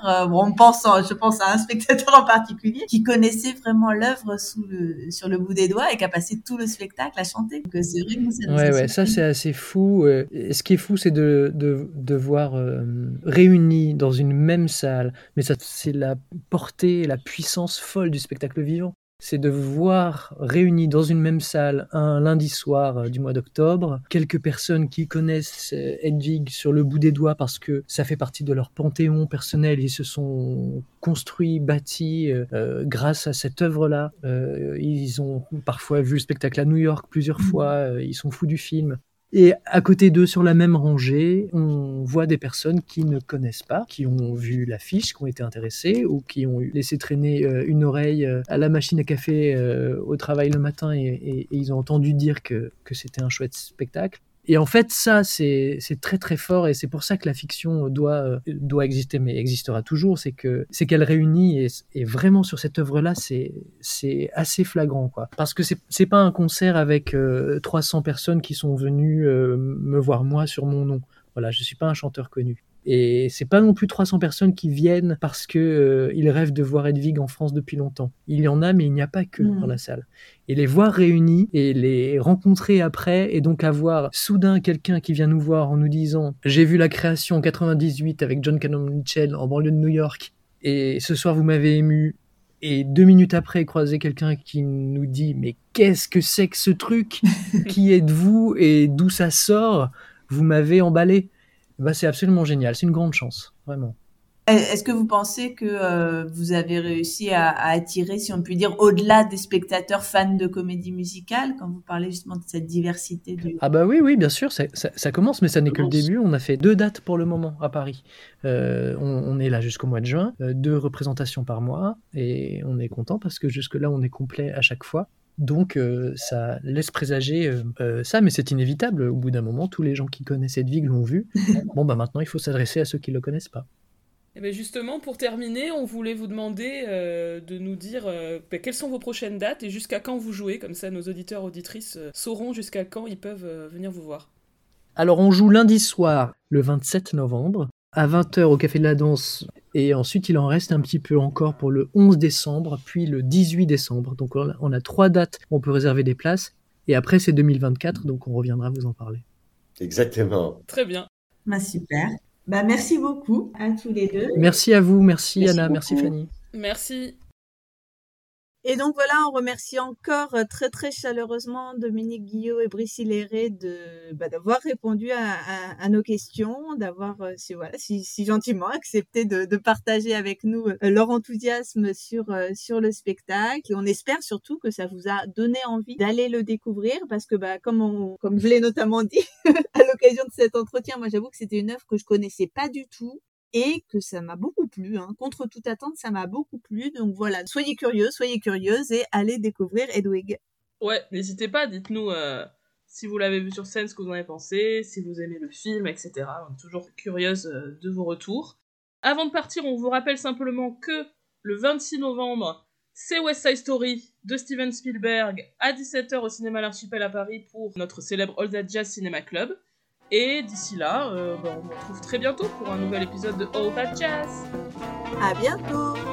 Je pense à un spectateur en particulier qui connaissait vraiment l'œuvre sur le bout des doigts et qui a passé tout le spectacle à chanter. Donc c'est vrai que ça nous a surpris. Ça c'est assez fou. Et ce qui est fou, c'est de voir réunis dans une même salle. Mais ça, c'est la portée, la puissance folle du spectacle vivant. C'est de voir réunis dans une même salle un lundi soir du mois d'octobre quelques personnes qui connaissent Hedwig sur le bout des doigts parce que ça fait partie de leur panthéon personnel. Ils se sont construits, bâtis grâce à cette œuvre-là. Ils ont parfois vu le spectacle à New York plusieurs fois. Ils sont fous du film. Et à côté d'eux, sur la même rangée, on voit des personnes qui ne connaissent pas, qui ont vu l'affiche, qui ont été intéressées, ou qui ont laissé traîner une oreille à la machine à café au travail le matin, et ils ont entendu dire que c'était un chouette spectacle. Et en fait, ça, c'est très très fort, et c'est pour ça que la fiction doit exister, mais existera toujours. C'est qu'elle réunit, et vraiment sur cette œuvre-là, c'est assez flagrant, quoi. Parce que c'est pas un concert avec 300 personnes qui sont venues me voir moi sur mon nom. Voilà, je suis pas un chanteur connu. Et c'est pas non plus 300 personnes qui viennent parce que ils rêvent de voir Hedwig en France depuis longtemps. Il y en a, mais il n'y a pas que dans la salle. Et les voir réunis et les rencontrer après, et donc avoir soudain quelqu'un qui vient nous voir en nous disant « J'ai vu la création en 98 avec John Cannon Mitchell en banlieue de New York, et ce soir vous m'avez ému. » Et 2 minutes après, croiser quelqu'un qui nous dit « Mais qu'est-ce que c'est que ce truc? Qui êtes-vous et d'où ça sort? Vous m'avez emballé. » C'est absolument génial, c'est une grande chance, vraiment. Est-ce que vous pensez que vous avez réussi à attirer, si on peut dire, au-delà des spectateurs fans de comédie musicale, quand vous parlez justement de cette diversité Oui, bien sûr, ça commence, mais ça n'est que le début. On a fait 2 dates pour le moment à Paris. On est là jusqu'au mois de juin, 2 représentations par mois, et on est content parce que jusque-là, on est complet à chaque fois. Donc ça laisse présager ça, mais c'est inévitable. Au bout d'un moment, tous les gens qui connaissent Hedwig l'ont vu. Maintenant, il faut s'adresser à ceux qui ne le connaissent pas. Et bien justement, pour terminer, on voulait vous demander de nous dire quelles sont vos prochaines dates et jusqu'à quand vous jouez. Comme ça, nos auditeurs, auditrices sauront jusqu'à quand ils peuvent venir vous voir. Alors, on joue lundi soir, le 27 novembre, à 20h au Café de la Danse. Et ensuite, il en reste un petit peu encore pour le 11 décembre, puis le 18 décembre. Donc, on a 3 dates où on peut réserver des places. Et après, c'est 2024, donc on reviendra vous en parler. Exactement. Très bien. Super. Merci beaucoup à tous les deux. Merci à vous, merci Merci Anna, merci beaucoup. Fanny. Merci. Et donc voilà, on remercie encore très très chaleureusement Dominique Guillot et Brice Hilleret d'avoir répondu à nos questions, d'avoir si gentiment accepté de partager avec nous leur enthousiasme sur le spectacle. Et on espère surtout que ça vous a donné envie d'aller le découvrir parce que comme je l'ai notamment dit à l'occasion de cet entretien, moi j'avoue que c'était une œuvre que je connaissais pas du tout. Et que ça m'a beaucoup plu, contre toute attente, ça m'a beaucoup plu. Donc voilà, soyez curieux, soyez curieuse et allez découvrir Hedwig. Ouais, n'hésitez pas, dites-nous si vous l'avez vu sur scène, ce que vous en avez pensé, si vous aimez le film, etc. On est toujours curieuse de vos retours. Avant de partir, on vous rappelle simplement que le 26 novembre, c'est West Side Story de Steven Spielberg à 17h au cinéma L'Archipel à Paris pour notre célèbre All That Jazz Cinema Club. Et d'ici là, on vous retrouve très bientôt pour un nouvel épisode de All That Jazz. À bientôt!